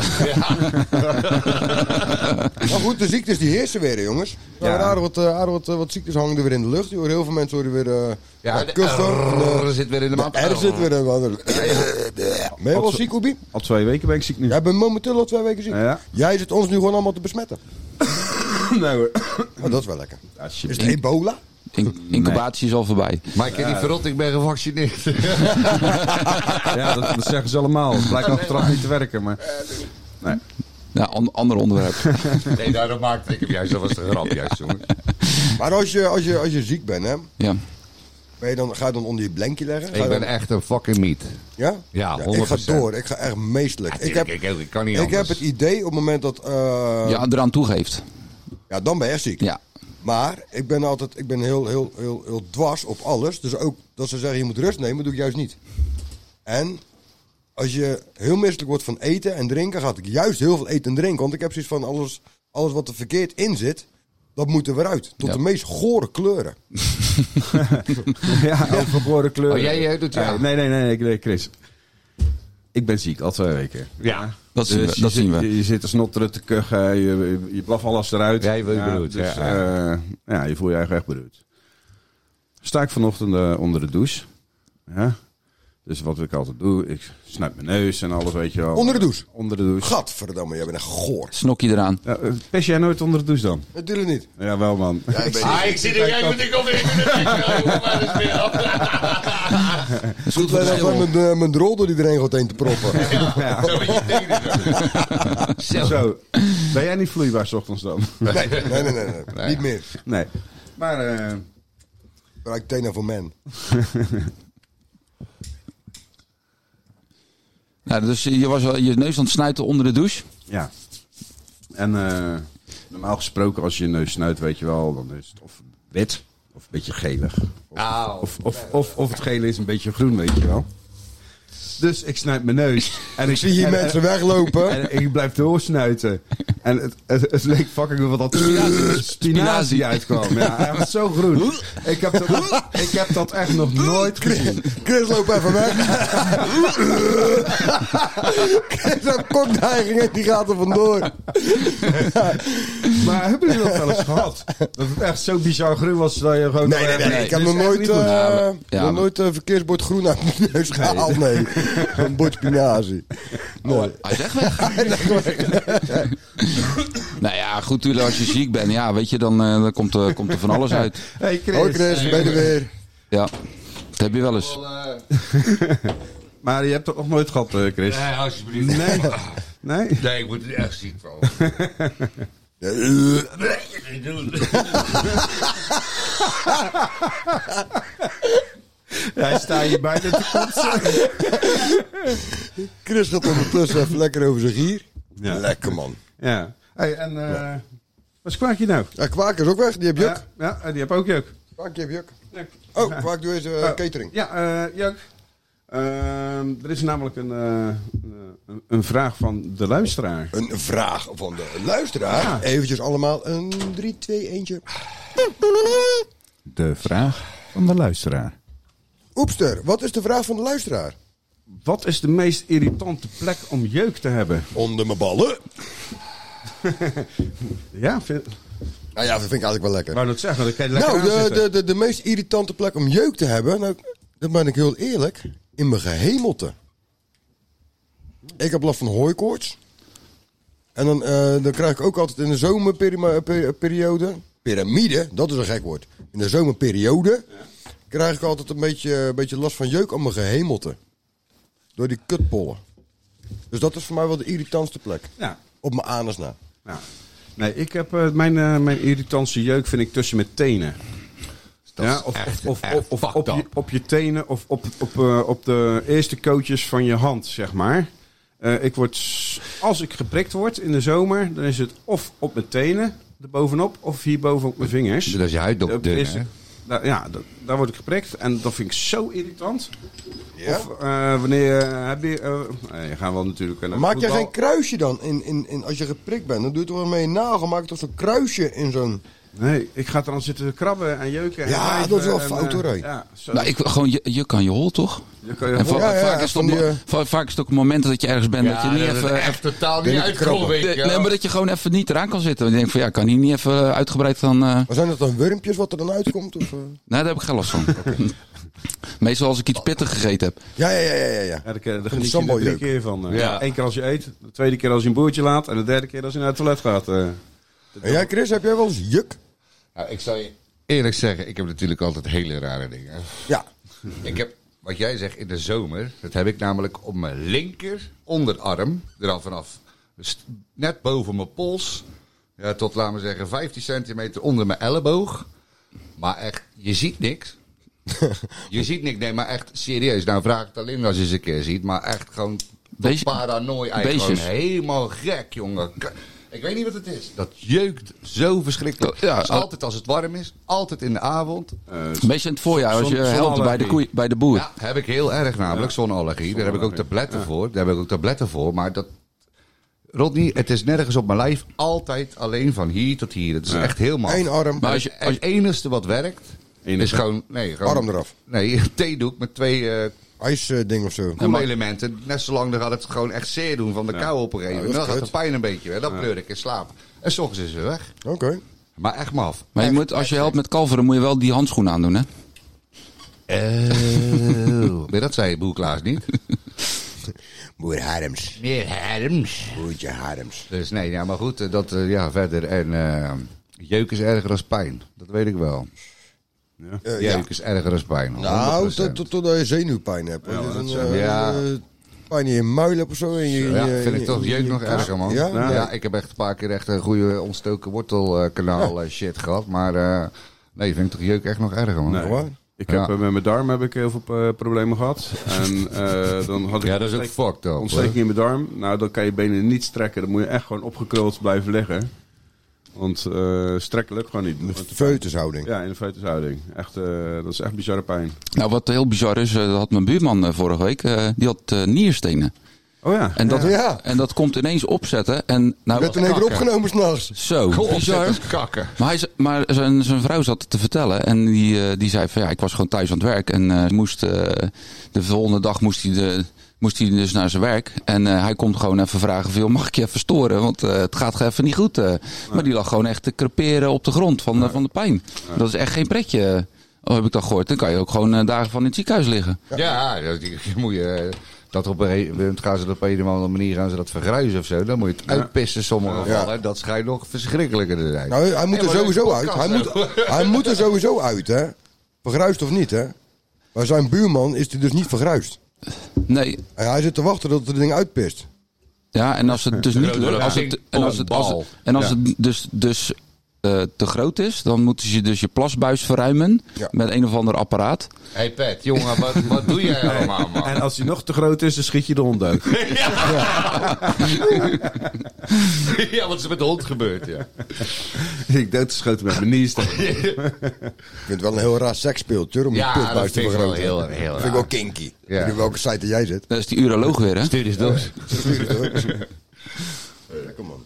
Maar goed, de ziektes die heersen weer, hè, jongens. Ja. Aardig wat ziektes hangen er weer in de lucht. Je hoort heel veel mensen horen weer Ja, kuchen. er zit weer in de maand. Er zit weer een... Ben je wel ziek, Oebie? Al 2 weken ben ik ziek nu. Jij bent momenteel al 2 weken ziek. Ja. Jij zit ons nu gewoon allemaal te besmetten. Nee hoor. Oh, dat is wel lekker. Is Alsjeblieft. het ebola? Incubatie is al voorbij. Maar ik ken die verrot, ik ben gevaccineerd. Ja, dat zeggen ze allemaal. Het blijkt achteraf niet te werken, maar... Nee. Ja, ander onderwerp. Nee, daarom maakte ik hem juist. Dat was de grap juist, jongen. Maar als je ziek bent, hè, Ja. ga je dan onder je blankje leggen? Ga je Ik ben dan- echt een fucking meat. Ja? Ja, Ik ga 100%. door. Ik ga echt meestelijk. Ik kan niet heb anders. het idee op het moment dat... Ja, eraan toegeeft. Ja, dan ben je echt ziek. Ja. Maar ik ben heel dwars op alles. Dus ook dat ze zeggen je moet rust nemen, doe ik juist niet. En als je heel misselijk wordt van eten en drinken, ga ik juist heel veel eten en drinken. Want ik heb zoiets van alles wat er verkeerd in zit, dat moet er weer uit. Tot Ja. de meest gore kleuren. Ja, overgeboren kleur. Oh, jij doet ja. Nee, Chris. Ik ben ziek, al 2 weken. Ja. Dat zien Dus we. Dat zien we. Je zit te snotteren, te kuchen, je blaf alles eruit. Ja, je wordt beroerd, Dus, ja. je voelt je eigenlijk echt beroerd. Sta ik vanochtend onder de douche. Ja. Dus wat ik altijd doe, ik snuit mijn neus en alles, weet je wel. Onder de douche? Onder de douche. Gadverdamme, jij bent echt goor. Snokje eraan. Ja, pis jij nooit onder de douche dan? Natuurlijk niet. Ja, wel man. Ik zit er kijken wat ik alweer Dat is goed voor de Ik ben schil. mijn drol die erin gaat heen te proppen. Zo. Ben jij niet vloeibaar 's ochtends dan? Nee. Niet meer. Nee. Maar Gebruik Tena voor men. Nou, dus je was wel je neus aan het snuiten onder de douche. ja. En normaal gesproken als je neus snuit, weet je wel, dan is het of wit of een beetje gelig. Of het gele is een beetje groen, weet je wel. Dus ik snuit mijn neus. En Ik zie hier mensen weglopen. En ik blijf doorsnuiten. En het leek fucking wel dat spinazie uitkwam. Ja, hij was zo groen. Ik heb dat echt nog nooit gezien. Chris, loop even weg. Chris heeft kokneiging en die gaat er vandoor. Maar hebben jullie dat wel eens gehad? Dat het echt zo bizar groen was dat je gewoon... Nee. Ik heb nog nooit verkeersbord groen uit mijn neus gehaald. Nee, een bord spinazie. Nee. Hij is echt weg. Nou ja, goed, natuurlijk als je ziek bent, ja, weet je, dan komt er van alles uit. Hey Chris. Hoi Chris, ben je er weer? Ja, dat heb je wel eens. Maar je hebt dat nog nooit gehad, Chris? Nee, alsjeblieft. Nee? Nee, ik word er echt ziek van. Nee, doen. Hij staat hier bijna te kotsen. Chris gaat ondertussen even lekker over zijn gier. Ja. Lekker man. Ja. Hey, en wat is Kwaakje nou? Ja, Kwaak is ook weg, die heeft juk. Ja, die heb ook juk. Kwaak, die heeft juk. Juk. Oh, Kwaak, doe eens catering. Ja, juk. Er is namelijk een vraag van de luisteraar. Een vraag van de luisteraar. Ja. Eventjes allemaal een 3, 2, 1. De vraag van de luisteraar. Oepster, wat is de vraag van de luisteraar? Wat is de meest irritante plek om jeuk te hebben? Onder mijn ballen. Ja, Nou ja, dat vind ik eigenlijk wel lekker. wou dat zeggen, dan kan je lekker aanzitten. De meest irritante plek om jeuk te hebben, nou, dat ben ik heel eerlijk, in mijn gehemelte. Ik heb last van hooikoorts. En dan krijg ik ook altijd in de zomerperiode, piramide, dat is een gek woord. In de zomerperiode krijg ik altijd een beetje last van jeuk aan mijn gehemelte. Door die kutpollen. Dus dat is voor mij wel de irritantste plek. Ja. Op mijn anus na. Ja. Nee, ik heb mijn irritantste jeuk vind ik tussen mijn tenen. Ja, of op je tenen of op de eerste kootjes van je hand, zeg maar. Als ik geprikt word in de zomer, dan is het of op mijn tenen, erbovenop, of hierboven op mijn vingers. Dat is je huid op dun, hè? Daar word ik geprikt en dat vind ik zo irritant. Ja? Of wanneer heb je... je gaan wel natuurlijk... naar Maak jij voetbal. geen kruisje dan als je geprikt bent? Dan doe je toch wel met je nagel, maak je toch zo'n kruisje in zo'n... Nee, ik ga er dan zitten krabben en jeuken. Ja, en dat is wel wrijven fout, hoor, hé. Ja, zo. Nou, gewoon je kan je hol, toch? Je kan je En hol- vaak is het ook een moment dat je ergens bent dat je niet even... echt totaal niet binnen uitkomen, krabben. weet je wel. Nee, maar dat je gewoon even niet eraan kan zitten. Want je denkt van ja, kan hier niet even uitgebreid dan... Maar zijn dat dan wurmpjes wat er dan uitkomt? Of, Nee, daar heb ik geen last van. Meestal als ik iets pittig gegeten heb. Ja. Ja, daar geniet je er sambaljeuk. 3 keer van. Ja. 1 keer als je eet, de tweede keer als je een boertje laat en de 3e keer als je naar het toilet gaat. En jij, Chris, heb jij wel eens juk? Nou, ik zal je eerlijk zeggen, ik heb natuurlijk altijd hele rare dingen. Ja. Ik heb, wat jij zegt, in de zomer, dat heb ik namelijk op mijn linker onderarm, er al vanaf, net boven mijn pols, ja, tot, laten we zeggen, 15 centimeter onder mijn elleboog. Maar echt, je ziet niks. Je ziet niks, nee, maar echt serieus. Nou vraag het alleen als je ze een keer ziet, maar echt gewoon paranoia, eigenlijk gewoon helemaal gek, jongen. Ik weet niet wat het is. Dat jeukt zo verschrikkelijk. Ja, Dus altijd als het warm is, altijd in de avond. Meestal in het voorjaar als je helpt zonneallergie. bij de boer. Ja, heb ik heel erg namelijk, zonneallergie. Daar heb ik ook tabletten voor. Daar heb ik ook tabletten voor. Maar dat, Rodney, het is nergens op mijn lijf. Altijd alleen van hier tot hier. Het is echt helemaal... Eén arm. Maar als je- Het enige wat werkt, is gewoon... Nee, gewoon Arm eraf. Nee, een theedoek met 2 IJsding of zo. koelelementen. Net zolang dan gaat het gewoon echt zeer doen van de kou op een gegeven moment. dat is Dan gaat kut. de pijn een beetje weg. Dan pleur ik in slaap. En 's ochtends is ze weg. Oké. Maar echt maf. Maar je moet, als je helpt met kalveren moet je wel die handschoenen aandoen, hè? Maar dat zei Boer Klaas niet. Boer Harms. Meer Harms. Boertje Harms. Dus nee, ja, maar goed, dat verder. En jeuk is erger dan pijn. Dat weet ik wel. Ja. Jeuk is erger dan pijn. Nou, 100%. totdat je zenuwpijn hebt. Ja, Als je dat een, zo. Ja. pijn in je muil hebt of zo. En Ja, vind ik toch jeuk nog erger, man. Ja? Ja, ik heb echt een paar keer echt een goede ontstoken wortelkanaal shit gehad. Maar nee, vind ik toch jeuk echt nog erger, man. Nee. Waar? Ik heb Ja. met mijn darm heb ik heel veel problemen gehad. En dan had ik Ja, dat is ook fucked up. ontsteking in mijn darm. Nou, dan kan je benen niet strekken. Dan moet je echt gewoon opgekruld blijven liggen. Want strekken lukt gewoon niet. Foetushouding. Ja, in de foetushouding. Echt, dat is echt bizarre pijn. Nou, wat heel bizar is, dat had mijn buurman vorige week. Die had nierstenen. Oh ja. En dat komt ineens opzetten. En, nou, werd in één keer opgenomen s'nachts. Zo, bizar. Kakken. Maar zijn vrouw zat te vertellen. En die zei van ja, ik was gewoon thuis aan het werk. En de volgende dag moest hij dus naar zijn werk. En hij komt gewoon even vragen van, mag ik je even storen? Want het gaat even niet goed. Maar die lag gewoon echt te creperen op de grond van de pijn. Dat is echt geen pretje, heb ik dat gehoord. Dan kan je ook gewoon dagen van in het ziekenhuis liggen. Ja, moet je... Dat op een gegeven moment gaan ze dat op een of andere manier gaan ze dat vergruizen of zo. Dan moet je het uitpissen sommige gevallen. Ja. Dat schijnt nog verschrikkelijker te zijn. Nou, hij moet er sowieso uit. Hij moet er sowieso uit, hè. Vergruist of niet, hè. Maar zijn buurman is hij dus niet vergruist. Nee. En hij zit te wachten dat het ding uitpist. Ja, en als het dus niet lukt, als het dus te groot is, dan moeten ze dus je plasbuis verruimen met een of ander apparaat. Hey Pet, jongen, wat doe jij allemaal, man? En als hij nog te groot is, dan schiet je de hond dood. Ja, wat is er met de hond gebeurd, ja. Ik doodgeschoten met mijn niersteen. Ik vind het wel een heel raar seksspeeltje om die putbuis te vergroten. Heel dat vind ik wel kinky. Ik weet niet welke site jij zit. Dat is die uroloog weer, hè? Stuur eens door. Lekker man.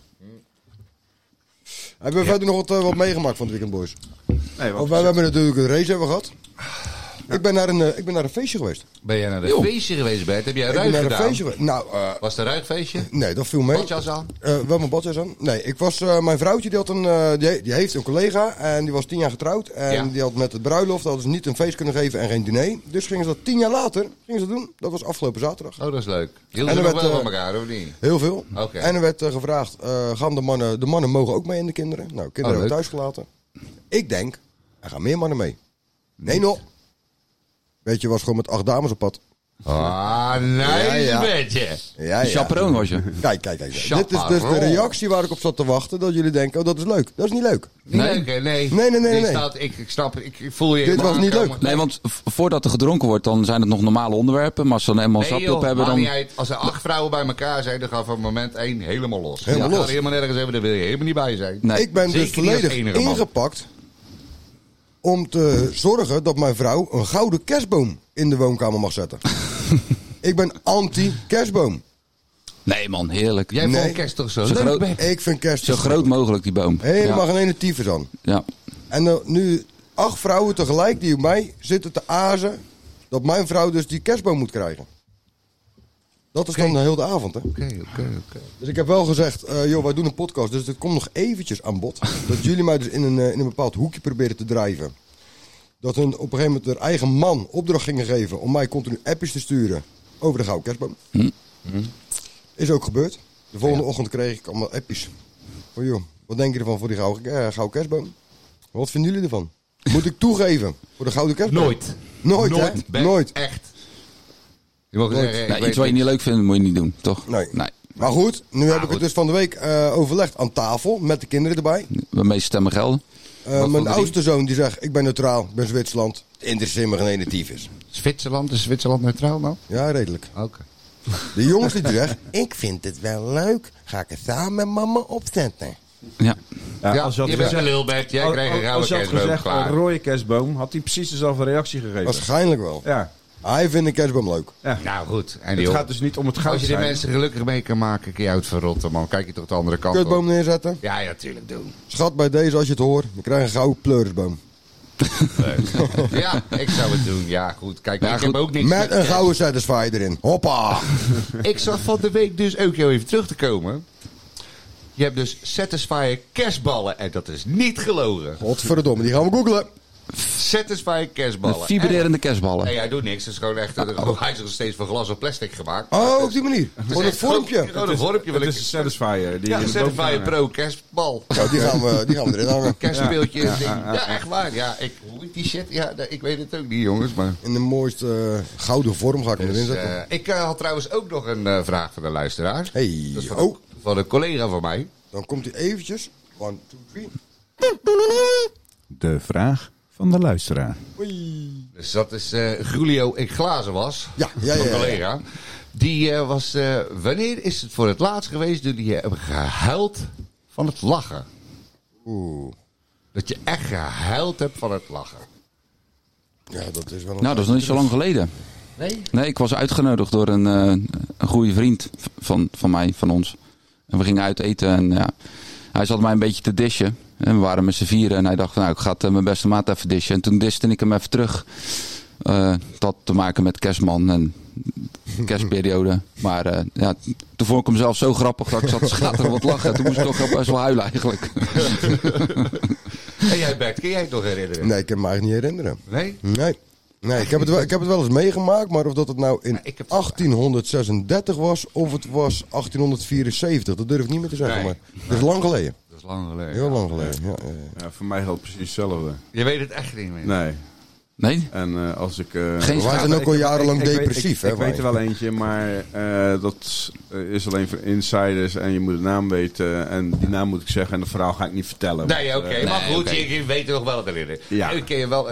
Hebben we verder nog wat meegemaakt van het weekend, boys? Nee, We hebben natuurlijk een race hebben gehad. Ik ben naar een feestje geweest. Ben jij naar een feestje geweest, Bert? Heb jij ruig gedaan? Ik ben naar een feestje geweest. Nou, was het een ruigfeestje? Nee, dat viel mee. Badjas aan? Wel mijn badjas aan. Nee, ik was, mijn vrouwtje die heeft een collega en die was 10 jaar getrouwd. En die had met het bruiloft hadden ze niet een feest kunnen geven en geen diner. Dus gingen ze dat 10 jaar later doen. Dat was afgelopen zaterdag. Oh, dat is leuk. Hielden ze nog wel van elkaar, of niet? Heel veel. Okay. En er werd gevraagd, gaan de mannen mogen ook mee en de kinderen. Nou, kinderen hebben we thuis gelaten. Ik denk, er gaan meer mannen mee. Nee, nog. Weet je, was gewoon met 8 dames op pad. Ah, nice beetje. Ja. Chaperon was je. Kijk. Dit is dus de reactie waar ik op zat te wachten. Dat jullie denken, oh dat is leuk. Dat is niet leuk. Niet leuk, hè? Nee. Ik snap, ik voel je... Dit was niet leuk. Nee, want voordat er gedronken wordt, dan zijn het nog normale onderwerpen. Maar als ze dan eenmaal een sapje op hebben, dan... Als er 8 vrouwen bij elkaar zijn, dan gaat van moment 1 helemaal los. Helemaal los. Helemaal nergens hebben, daar wil je helemaal niet bij zijn. Nee. Ik ben dus volledig ingepakt om te zorgen dat mijn vrouw een gouden kerstboom in de woonkamer mag zetten. Ik ben anti-kerstboom. Nee man, heerlijk. Jij vond kerst toch zo leuk? Ik vind kerst Zo groot mogelijk, die boom. helemaal geen ene tyfus aan. Ja. En nu 8 vrouwen tegelijk die op mij zitten te azen dat mijn vrouw dus die kerstboom moet krijgen. Dat is dan de hele avond, hè? Oké. Dus ik heb wel gezegd, joh, wij doen een podcast, dus het komt nog eventjes aan bod. Dat jullie mij dus in een bepaald hoekje proberen te drijven. Dat hun op een gegeven moment hun eigen man opdracht gingen geven om mij continu appjes te sturen over de gouden kerstboom. Is ook gebeurd. De volgende ochtend kreeg ik allemaal appjes. Van joh, wat denk je ervan voor die gouden kerstboom? Wat vinden jullie ervan? Moet ik toegeven voor de gouden kerstboom? Nooit, hè? Nooit. Echt. Je mag zeggen, Iets wat je niet leuk vindt, moet je niet doen, toch? Nee. Maar goed, nu heb ik het dus van de week overlegd aan tafel met de kinderen erbij. Waarmee stemmen gelden. Mijn oudste zoon die zegt, ik ben neutraal, ik ben Zwitserland. Interesseer me geen ene tyfus. Zwitserland, is Zwitserland neutraal nou? Ja, redelijk. Oké. De jongens die zeggen, ik vind het wel leuk. Ga ik het samen met mama opzetten. Ja. Als je had je bent gezegd- een lulbed, jij krijgt een gouden Als je had kerstboom, gezegd klaar. een rode kerstboom, had hij precies dezelfde reactie gegeven. Waarschijnlijk wel. Ja. Hij vindt een kerstboom leuk. Nou goed. En Het gaat dus niet om het goud als je de zijn. mensen gelukkig mee kan maken, kun je uit verrotten, man. Kijk je toch de andere kant op. Kutboom neerzetten. Ja, tuurlijk doen. Schat, bij deze als je het hoort, we krijgen een gouden pleurisboom. Ja, ik zou het doen. Ja, goed. Kijk, ik heb ook niks Met een gouden Satisfyer erin. Hoppa! Ik zag van de week dus ook jou even terug te komen. Je hebt dus Satisfyer kerstballen. En dat is niet gelogen. Godverdomme, die gaan we googlen. Satisfyer kerstballen. Met vibrerende kerstballen. Nee, hij doet niks. Het is gewoon echt... Hij is nog steeds van glas of plastic gemaakt. Oh, op die manier. Gewoon het vormpje. Gewoon een vormpje. Het is een Satisfyer. Die Ja, in de boom Satisfyer hangen. Pro kerstbal. Nou, die gaan we erin hangen. Kerstspeeltje. Ja, echt waar. Ja, hoe heet die shit? Ja, ik weet het ook niet, jongens. Maar... In de mooiste gouden vorm ga ik hem erin zetten. ik had trouwens ook nog een vraag van de luisteraar. Hey, Dat is van een collega van mij. Dan komt hij eventjes. 1, 2, 3. De vraag van de luisteraar. Dus dat is Julio in glazen was. Ja. Mijn collega. Die was... wanneer is het voor het laatst geweest dat jullie hebben gehuild van het lachen? Oeh. Dat je echt gehuild hebt van het lachen. Ja, dat is wel een... Nou, dat is nog niet zo lang geleden. Nee? Nee, ik was uitgenodigd door een goede vriend van ons. En we gingen uit eten en ja, hij zat mij een beetje te dishen. En we waren met z'n vieren en hij dacht, nou, ik ga het mijn beste maat even dishen. En toen diste ik hem even terug. Dat had te maken met kerstman en kerstperiode. Maar ja, toen vond ik hem zelf zo grappig dat ik zat te schateren wat lachen. Toen moest ik toch best wel huilen eigenlijk. En jij Bert, kun jij het nog herinneren? Nee, ik kan me eigenlijk niet herinneren. Nee? Nee, ik heb het wel eens meegemaakt, maar of dat het nou in Ja, ik heb- 1836 was of het was 1874, dat durf ik niet meer te zeggen. Nee. Maar dat is lang geleden. Dat is lang geleden. Heel lang geleden. Ja. Ja, voor mij geldt precies hetzelfde. Je weet het echt niet meer. Nee. Nee? En als ik... Geen We zijn ook al jarenlang depressief, hè? Ik weet er wel eentje, maar dat is alleen voor insiders en je moet de naam weten. En die naam moet ik zeggen en de verhaal ga ik niet vertellen. Nee, oké. Maar goed, oké. je weet er nog wel wat herinneren. Ja. Ik ken je wel.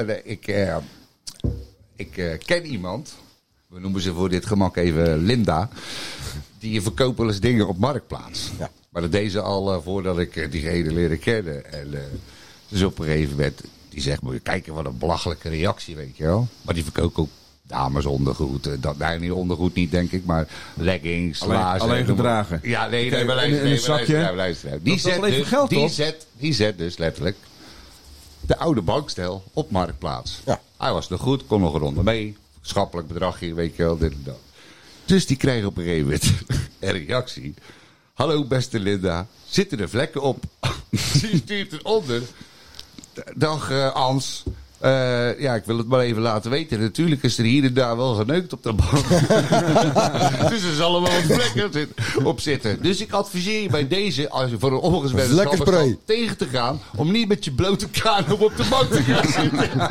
Ik ken iemand. We noemen ze voor dit gemak even Linda. Die verkoopt wel eens dingen op Marktplaats. Ja. Maar dat deed ze al voordat ik diegene leren kennen. En dus op een gegeven moment... Die zegt, moet je kijken wat een belachelijke reactie, weet je wel. Maar die verkoopt ook damesondergoed. Niet ondergoed niet, denk ik. Maar leggings, laarzen. Alleen gedragen. Ja, nee, Kijk, maar in een zakje. luister. Dat is wel even geld, toch? Die zet dus letterlijk de oude bankstel op Marktplaats. Ja. Hij was nog goed, kon nog eronder mee. Schappelijk bedragje, weet je wel, dit en dat. Dus die kreeg op een gegeven moment een reactie. Hallo beste Linda, zitten er vlekken op? Die stuurt eronder. Dag Ans. Ja, ik wil het maar even laten weten. Natuurlijk is er hier en daar wel geneukt op de bank. Dus er zal er wel wat vlekken op zitten. Dus ik adviseer je bij deze, als je voor een ongewenste Vlekkenspray tegen te gaan, om niet met je blote kaan op de bank te gaan zitten.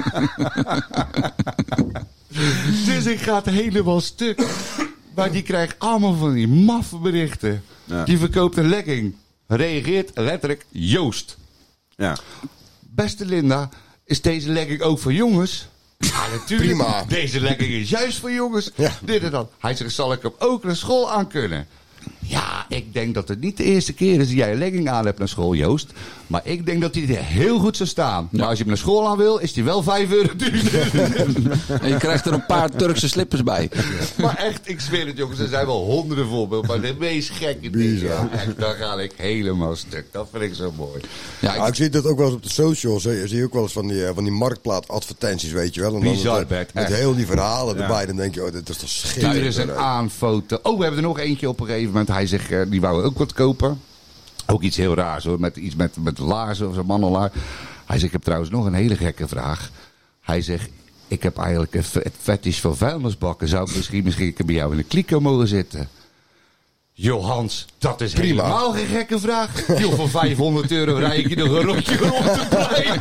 Dus ik ga het helemaal stuk. Maar die krijgt allemaal van die maffe berichten. Ja. Die verkoopt een legging. Reageert letterlijk Joost. Ja. Beste Linda, is deze legging ook voor jongens? Ja, natuurlijk. Prima. Deze legging is juist voor jongens. Ja. Dit en dat. Hij zegt, zal ik hem ook naar school aan kunnen? Ja, ik denk dat het niet de eerste keer is dat jij een legging aan hebt naar school, Joost. Maar ik denk dat hij er heel goed zou staan. Maar als je hem naar school aan wil, is hij wel €5 duurder. En je krijgt er een paar Turkse slippers bij. Maar echt, ik zweer het jongens, er zijn wel honderden voorbeelden. Maar de meest gekke dingen, ja, echt, dan ga ik helemaal stuk. Dat vind ik zo mooi. Ja, Nou, ik zie dat ook wel eens op de socials. Zie je ook wel eens van die marktplaatadvertenties, weet je wel. En dan Bizar, met, Bert, met echt. heel die verhalen erbij. Dan denk je, oh, dit is toch schitterend. Stuur eens een aanfoto. Oh, we hebben er nog eentje op een gegeven moment. Hij zegt, die wou ook wat kopen. Ook iets heel raars hoor. Iets met laarzen of zo'n mannenlaar. Hij zegt, ik heb trouwens nog een hele gekke vraag. Hij zegt, ik heb eigenlijk het fetish van vuilnisbakken. Zou ik misschien bij jou in de kliko mogen zitten? Johans, dat is Prima. helemaal geen gekke vraag. Joh, voor €500 rijd je nog een rondje rond te plein.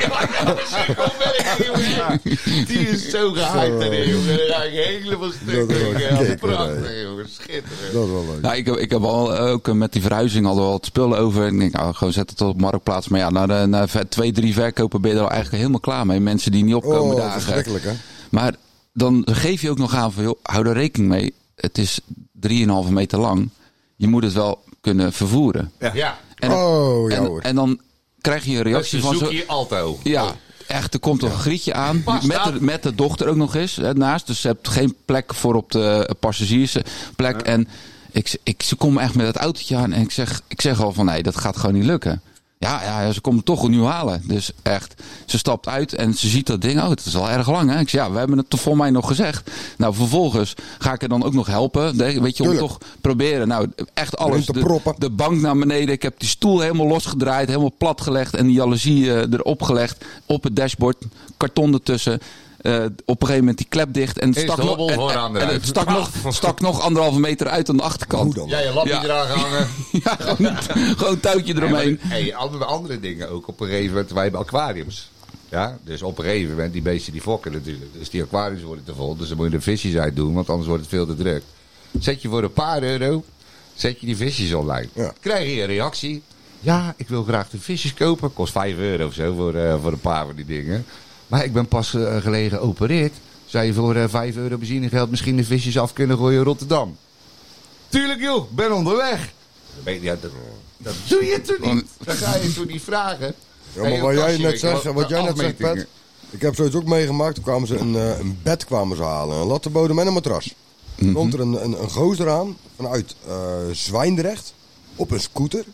Die is zo gehyped erin, jongen. Dan ga ik helemaal stuk. Dat is wel Ja, kikker, prachtig, jongen. Schitterend. Dat is wel leuk. Nou, ik heb al ook met die verhuizing hadden we al wat spullen over. En ik denk, nou, gewoon zet het op Marktplaats. Maar ja, na 2, 3 verkopen ben je er al eigenlijk helemaal klaar mee. Mensen die niet opkomen Oh, dagen. verschrikkelijk, hè? Maar dan geef je ook nog aan van, joh, hou er rekening mee. Het is 3,5 meter lang. Je moet het wel kunnen vervoeren. Ja, En, Oh, ja hoor. en dan krijg je een dat reactie is van zo. Suzuki Alto. Ja, echt, er komt toch een grietje aan. Met de dochter ook nog eens naast. Dus ze hebt geen plek voor op de passagiersplek. En ze komen echt met het autootje aan. En ik zeg al van, nee, dat gaat gewoon niet lukken. Ja, ze komen toch nu halen. Dus echt, ze stapt uit en ze ziet dat ding. Oh, het is al erg lang, hè? Ik zeg, ja, we hebben het voor mij nog gezegd. Nou, vervolgens ga ik er dan ook nog helpen. Weet je, om Tuurlijk. toch proberen. Nou, echt alles. Erin te proppen. De bank naar beneden. Ik heb die stoel helemaal losgedraaid. Helemaal plat gelegd. En die jaloezie erop gelegd. Op het dashboard. Karton ertussen. Op een gegeven moment die klep dicht. En het Is stak, de nog, hobbel vooraan en eruit. het stak nog 1,5 meter uit aan de achterkant. Hoe dan? Ja, je lapje Ja. eraan gehangen. Ja, gewoon touwtje eromheen. Hey, andere dingen ook. Op een gegeven moment, wij hebben aquariums. Ja, dus op een gegeven moment, die beesten die fokken natuurlijk. Dus die aquariums worden te vol. Dus dan moet je de visjes uit doen, want anders wordt het veel te druk. Zet je voor een paar euro, zet je die visjes online. Ja. Krijg je een reactie. Ja, ik wil graag de visjes kopen. Kost €5 of zo voor een paar van die dingen. Maar ik ben pas gelegen geopereerd. Zou je voor €5 benzinegeld misschien de visjes af kunnen gooien in Rotterdam? Tuurlijk joh, ben onderweg. Dat doe je toch niet? Dan ga je toch niet vragen? Ja, maar wat jij net zegt, Pet. Ik heb zoiets ook meegemaakt. Toen kwamen ze een bed halen. Een lattenbodem en een matras. Komt er een gozer aan vanuit Zwijndrecht op een scooter.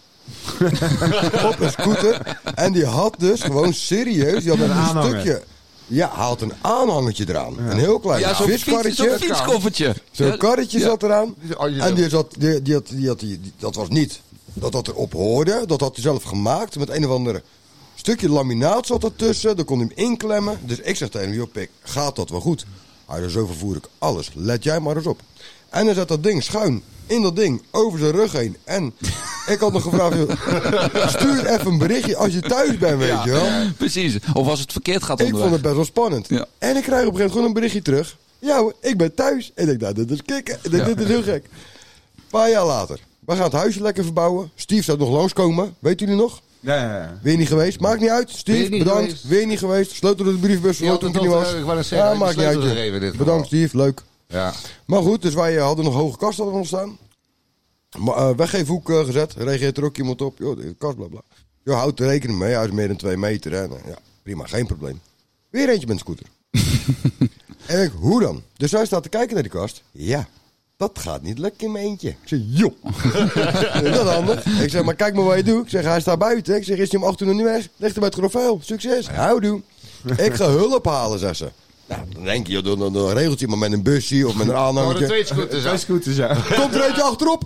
En die had dus gewoon serieus, die had een stukje. Ja, hij had een aanhangertje eraan. Ja. Een heel klein viskarretje. Zo'n fietskoffertje. Zo'n karretje zat eraan. En dat was niet dat dat erop hoorde. Dat had hij zelf gemaakt. Met een of andere stukje laminaat zat ertussen. Daar kon hij hem inklemmen. Dus ik zeg tegen hem, joh Pik, gaat dat wel goed? Hij zei, zo vervoer ik alles. Let jij maar eens op. En hij zet dat ding schuin in dat ding over zijn rug heen. En ik had nog gevraagd, stuur even een berichtje als je thuis bent, weet je wel. Ja, precies. Of als het verkeerd gaat onderweg. Ik vond het best wel spannend. Ja. En ik krijg op een gegeven moment gewoon een berichtje terug. Ja, ik ben thuis. En ik dacht, dit is kicken. Dit is heel gek. Een paar jaar later. We gaan het huisje lekker verbouwen. Steve zou nog langskomen. Weet jullie nog? Ja. Weer niet geweest? Maakt niet uit. Steve, bedankt. Geweest. Weer niet geweest. Sleutel door de briefbus. Toen hij was. Ja, maakt niet uit. Bedankt Steve, leuk. Ja. Maar goed, dus wij hadden nog hoge kast hadden we nog staan. Weggeefhoek gezet. Reageert er ook iemand op. Joh, de kast, blabla. Joh, houd er rekening mee. Hij is meer dan 2 meter. Hè. Nou, ja, prima, geen probleem. Weer eentje met een scooter. En ik, hoe dan? Dus hij staat te kijken naar die kast. Ja, dat gaat niet lukken in mijn eentje. Ik zeg, joh. Dat is handig. Ik zeg, maar kijk maar wat je doet. Ik zeg, hij staat buiten. Ik zeg, is hij om 8 uur nog niet weg? Ligt er bij het grofvuil. Succes. Houdoe. Ik ga hulp halen, zegt ze. Nou, dan denk je, dan regelt je maar met een busje of met een aanhangertje. Twee scooters, ja. Komt er eentje achterop.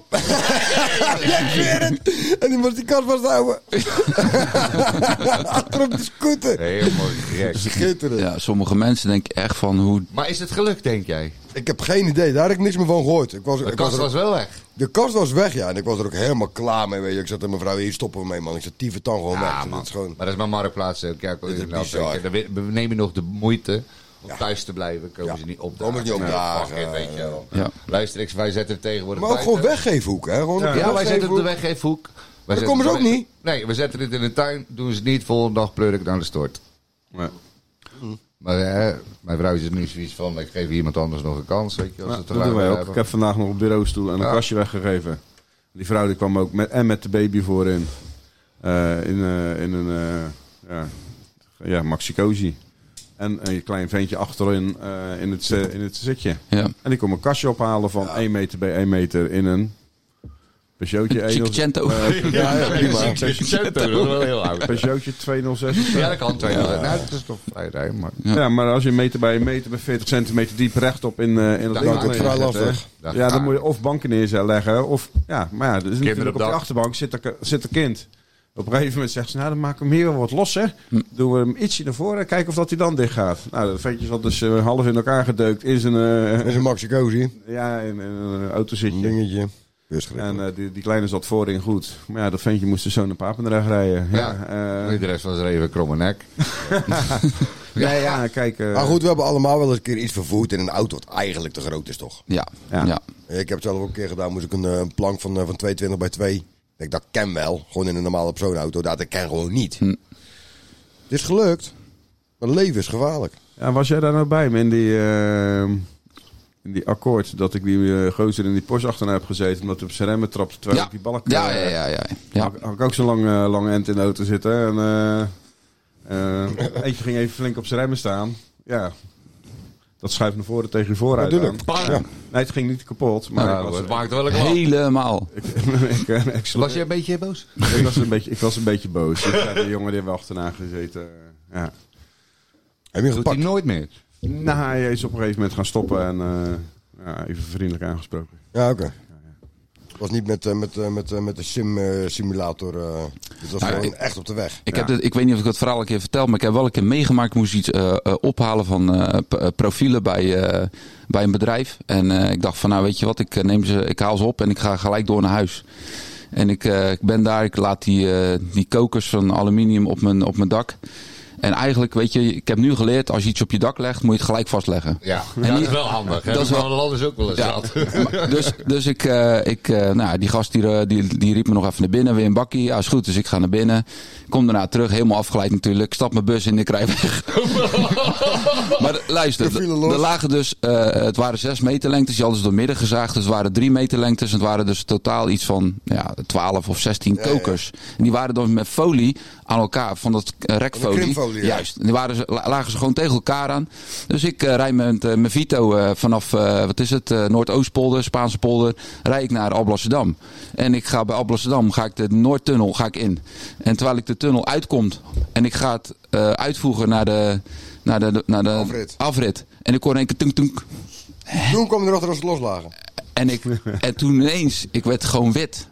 En die moest die kast vasthouden. Achterop de scooter. Helemaal gek. Schitterend. Ja, sommige mensen denken echt van hoe... Maar is het gelukt, denk jij? Ik heb geen idee. Daar heb ik niks meer van gehoord. De kast was wel weg. De kast was weg, ja. En ik was er ook helemaal klaar mee. Weet je. Ik zat met mijn vrouw, hier stoppen we mee, man. Ik zat tievertang gewoon weg. Man. Dat is gewoon... Maar dat is maar marktplaats. Kijk, we nemen nog de moeite om thuis te blijven. Komen ze niet opdagen. Komen ze niet opdagen. Weet je wel. Ja. Luister, wij zetten het tegenwoordig maar ook gewoon weggeefhoek, hè? Gewoon wij zetten het op de weggeefhoek. Dan komen ze ook niet. Nee, we zetten het in de tuin. Doen ze het niet. Volgende dag pleur ik het aan de stort. Ja. Maar mijn vrouw is nu zoiets van, ik geef iemand anders nog een kans. Weet je, als het dat doen wij ook. Ik heb vandaag nog op bureaustoel en een kastje weggegeven. Die vrouw die kwam ook met de baby voorin. In een maxi-cozy. En een klein ventje achterin in het zitje. Ja. En die kon een kastje ophalen van 1 meter bij 1 meter in een Peugeotje. Cinquecento. Prima. Cinquecento, dat is wel heel oud. Peugeotje 206. Ja, dat kan 206. Nou, dat is toch vrij ruim. Maar... Ja, maar als je een meter bij een meter bij 40 centimeter diep rechtop in het dat is vrij lastig. Ja, dan moet je of banken neerleggen. Of, ja, maar ja, dus natuurlijk op de achterbank zit een kind. Op een gegeven moment zegt ze, nou dan maken we hem hier wat losser. Doen we hem ietsje naar voren en kijken of dat hij dan dicht gaat. Nou, dat ventje zat dus half in elkaar gedeukt in zijn maxi-cozy. Ja, in een autozitje. Dingetje. En die kleine zat voorin goed. Maar ja, dat ventje moest dus zo naar Papendrecht rijden. De rest was er even kromme nek. Kijk. Maar goed, we hebben allemaal wel eens een keer iets vervoerd in een auto wat eigenlijk te groot is, toch? Ja. Ik heb het zelf ook een keer gedaan. Moest ik een plank van 22 bij 2. Dat ken wel. Gewoon in een normale personenauto. Dat ken gewoon niet. Het is gelukt. Maar leven is gevaarlijk. Ja, was jij daar nou bij me in die akkoord dat ik die gozer in die Porsche achterna heb gezeten omdat hij op zijn remmen trapte terwijl ik die balk... Ja. Had ik ook zo'n lange end in de auto zitten en eentje ging even flink op zijn remmen staan. Ja, dat schuift naar voren tegen je vooruit aan. Ja. Nee, het ging niet kapot. Maar het maakte wel een klap. Helemaal. Was je een beetje boos? Ik was een beetje boos. De jongen die hebben we achterna gezeten. Ja. Heb je Doet hij nooit meer? Nou, hij is op een gegeven moment gaan stoppen en even vriendelijk aangesproken. Ja, oké. Het was niet met de simulator. Het was gewoon echt op de weg. Ik weet niet of ik het verhaal een keer vertel, maar ik heb wel een keer meegemaakt. Ik moest iets ophalen van profielen bij een bedrijf. En ik dacht van, nou weet je wat, ik haal ze op en ik ga gelijk door naar huis. En ik ben daar, ik laat die kokers van aluminium op mijn dak. En eigenlijk, weet je, ik heb nu geleerd, als je iets op je dak legt, moet je het gelijk vastleggen. Ja, En dat die- is wel handig. dat Dat is is wel- wel anders ook wel eens Ja. gehad. Dus die gast die riep me nog even naar binnen, weer een bakkie. Ja, is goed, dus ik ga naar binnen. Ik kom daarna terug, helemaal afgeleid natuurlijk. Ik stap mijn bus in en ik rij weg. Maar luister, Er vielen los. er lagen dus, het waren 6 meter lengtes. Die hadden ze door midden gezaagd. Dus het waren 3 meter lengtes. En het waren dus totaal iets van 12 of 16 kokers. En die waren dan met folie aan elkaar, van dat rekfolie. krimfolie, ja. Juist. En die lagen ze gewoon tegen elkaar aan. Dus ik rij met mijn Vito vanaf, Noordoostpolder, Spaanse polder, rij ik naar Alblasserdam. En ik ga bij Alblasserdam, ga ik de Noordtunnel in. En terwijl ik de tunnel uitkomt en ik ga het uitvoegen naar de afrit. En ik hoor in één keer tunk tunk. Toen kwam er erachter als ze loslagen. En toen ineens, ik werd gewoon wit.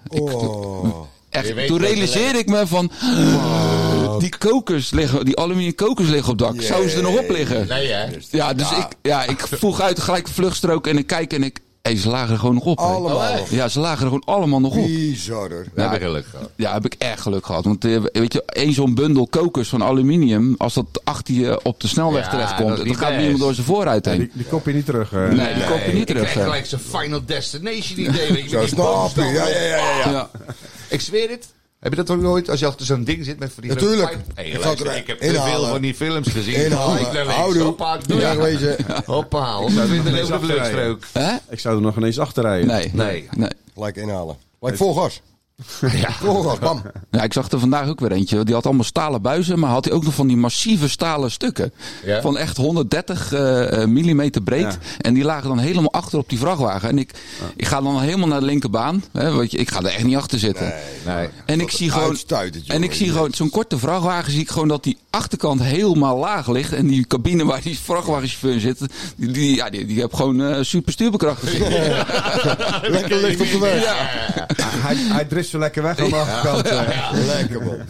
Je weet Toen dat realiseerde ik me van, die kokers liggen, die aluminium kokers liggen op het dak. Zouden ze er nog op liggen? Nee, hè? Ja, dus ik voeg uit gelijk de vluchtstrook en ik kijk en ze lagen er gewoon nog op. hè. Allemaal nog. Ja, ze lagen er gewoon allemaal nog op. Bizar. We hebben geluk gehad. Ja, heb ik echt geluk gehad. Want weet je, één zo'n bundel kokers van aluminium, als dat achter je op de snelweg Ja, terechtkomt, dat is dan niet gaat best. niemand door zijn vooruit heen. Die kop je niet terug. Nee, die koop je niet Ik terug. krijg gelijk zo'n Final Destination idee. Weet je, Zo met die snap je. boomstammen. Ja. Ja. Ik zweer het. Heb je dat ook nooit? Als je achter zo'n ding zit met van die... Natuurlijk. grote pijp- Hey, Ik luister, ga er ik heb te inhalen. veel van die films gezien. Inhalen. Gelijk naar links. Houdoe. Hoppa, doei. Wegwezen. Hoppa, 120 over de vluchtstrook. Hè? Ik zou er nog ineens achter rijden. Nee. Gelijk inhalen. Gelijk vol gas. Vol gas, bam. Ja, ik zag er vandaag ook weer eentje. Die had allemaal stalen buizen, maar had hij ook nog van die massieve stalen stukken. Ja. Van echt 130 millimeter breed. Ja. En die lagen dan helemaal achter op die vrachtwagen. En ik ga dan helemaal naar de linkerbaan. Hè, weet je, ik ga er echt niet achter zitten. Nee. En ik zie gewoon, Uitstuitend, joh. en ik zie gewoon zo'n korte vrachtwagen, zie ik gewoon dat die achterkant helemaal laag ligt. En die cabine waar die vrachtwagenchauffeur in zit, die heb gewoon super stuurbekracht. Lekker licht op de weg. Hij drift zo lekker weg aan de achterkant. Lekker, man.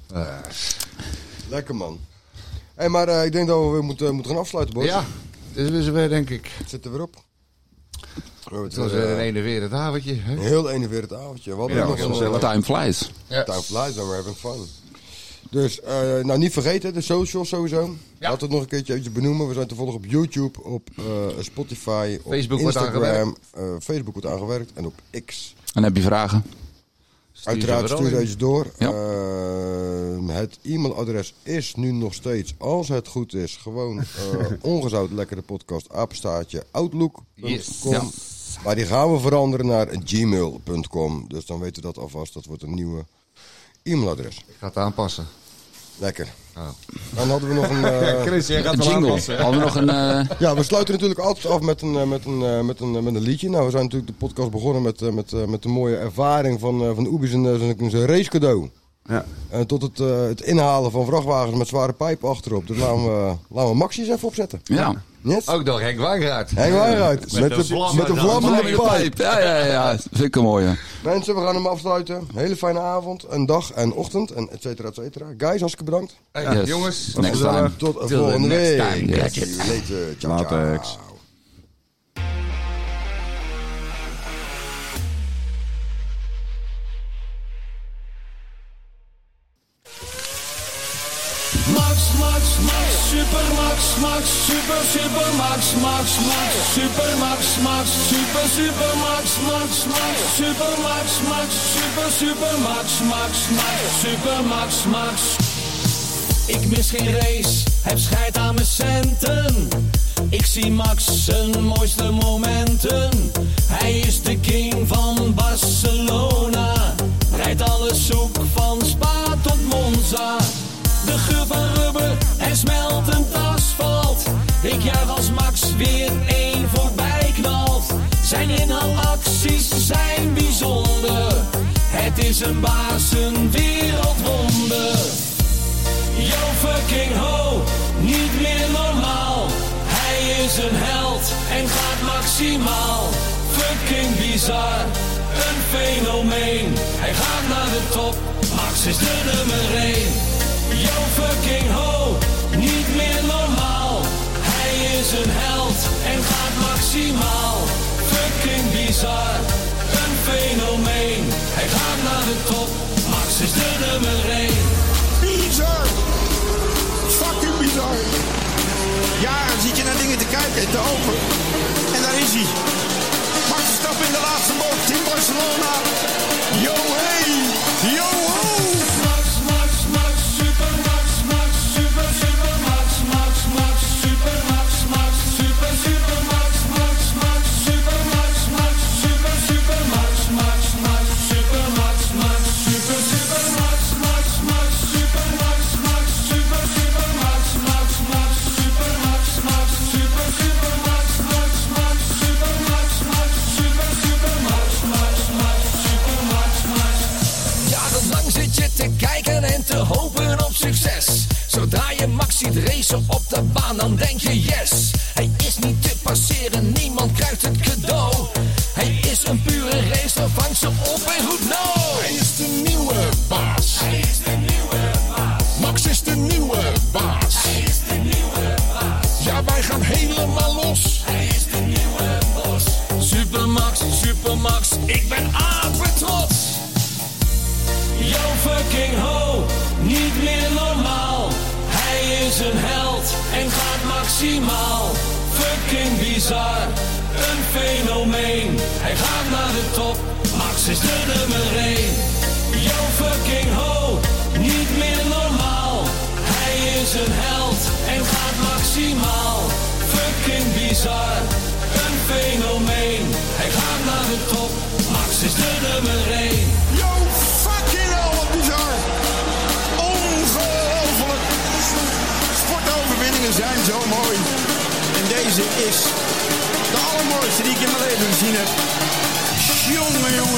Lekker, man. Hé, maar ik denk dat we weer moeten gaan afsluiten, boys. Ja, dus we zijn weer, denk ik. Het zit er weer op. Het was weer een enerverend avondje. Hè? Een heel enerverend avondje. We hadden Ja, nog heel een Time flies. Ja. time flies and we're having fun. Dus, niet vergeten, de socials sowieso. Ja. Laten we het nog een keertje eventjes benoemen. We zijn te volgen op YouTube, op Spotify, op Facebook wordt Instagram. Facebook wordt aangewerkt en op X. En heb je vragen? Uiteraard stuur je deze door. Ja. Het e-mailadres is nu nog steeds, als het goed is, gewoon ongezout lekkere podcast, apenstaartje, outlook.com. Yes. Ja. Maar die gaan we veranderen naar gmail.com. Dus dan weten we dat alvast. Dat wordt een nieuwe e-mailadres. Ik ga het aanpassen. Lekker. Oh. Dan hadden we nog een... Chris, jij gaat Een wel jingle. aanpassen. Hadden we nog een... ja, we sluiten natuurlijk altijd af met een liedje. Nou, we zijn natuurlijk de podcast begonnen met de mooie ervaring van Oebi zijn racecadeau. Ja. Tot het inhalen van vrachtwagens met zware pijpen achterop. Dus laten we Maxi eens even opzetten. ja. Yes? Ook nog Henk Wijngaard. Henk Wijngaard. Met de vlammende pijp. Ja. Vind ik een mooie. Mensen, we gaan hem afsluiten. Hele fijne avond, een dag en ochtend en et cetera, et cetera. Guys, hartstikke bedankt. Hey, Yes. jongens. Next time. Tot Till the volgende next week. time. Yes. See you later. Ciao, Latex. ciao. Max, super Max, super Max, super Max, super Max, super Max. Ik mis geen race, heb scheid aan mijn centen. Ik zie Max zijn mooiste momenten. Hij is de king van Barcelona. Rijdt alles zoek van Spa tot Monza. De geur van rubber en smeltend asfalt. Ik juich als Max weer één voorbij knalt. Zijn inhaalacties zijn bijzonder. Het is een baas, een wereldwonder. Yo fucking ho, niet meer normaal. Hij is een held en gaat maximaal. Fucking bizar, een fenomeen. Hij gaat naar de top, Max is de nummer 1. Yo fucking ho, niet meer normaal. Hij is een held en gaat maximaal. Fucking bizar, een fenomeen. Hij gaat naar de top, Max is de nummer 1. Bizar! Fuck Jaren zit je naar dingen te kijken en te hopen. En daar is hij. Max Verstappen in de laatste bocht in Barcelona. Yo hey, yo ho. Max, Max, Max, super Max, Max, super, super Max, Max, Max, super Max, Max, super, super Max, Max, Max, super Max, Max, super, super Max, Max, Max, super Max, Max, super, super Max, Max, Max, super Max, Max, super, super Max, Max, Max, super Max, Max, super, super Max, Max, Max, super Max, Max, super, super Max, Max, Max, super Max, Max. Jarenlang zit je te kijken en te hopen op succes. Zodra je Max ziet racen op de baan, dan denk je yes. Hij is niet te passeren, niemand krijgt het cadeau. Hij is een pure racer, vangt ze op en goed no. Hij is de nieuwe baas. Hij is de nieuwe baas. Max is de nieuwe baas. Hij is de nieuwe baas. Ja, wij gaan helemaal los. Hij is de nieuwe bos. Super Max, ik ben apetrots. Yo fucking ho, niet meer normaal. Hij is een held en gaat maximaal. Fucking bizar, een fenomeen. Hij gaat naar de top, Max is de nummer 1. Yo fucking ho, niet meer normaal. Hij is een held en gaat maximaal. Fucking bizar, een fenomeen. Hij gaat naar de top, Max is de nummer 1. Yo, fucking hell, wat bizar. Ongelooflijk. Sportoverwinningen zijn zo mooi. En deze is de allermooiste die ik in mijn leven gezien heb. Jongen, jongen.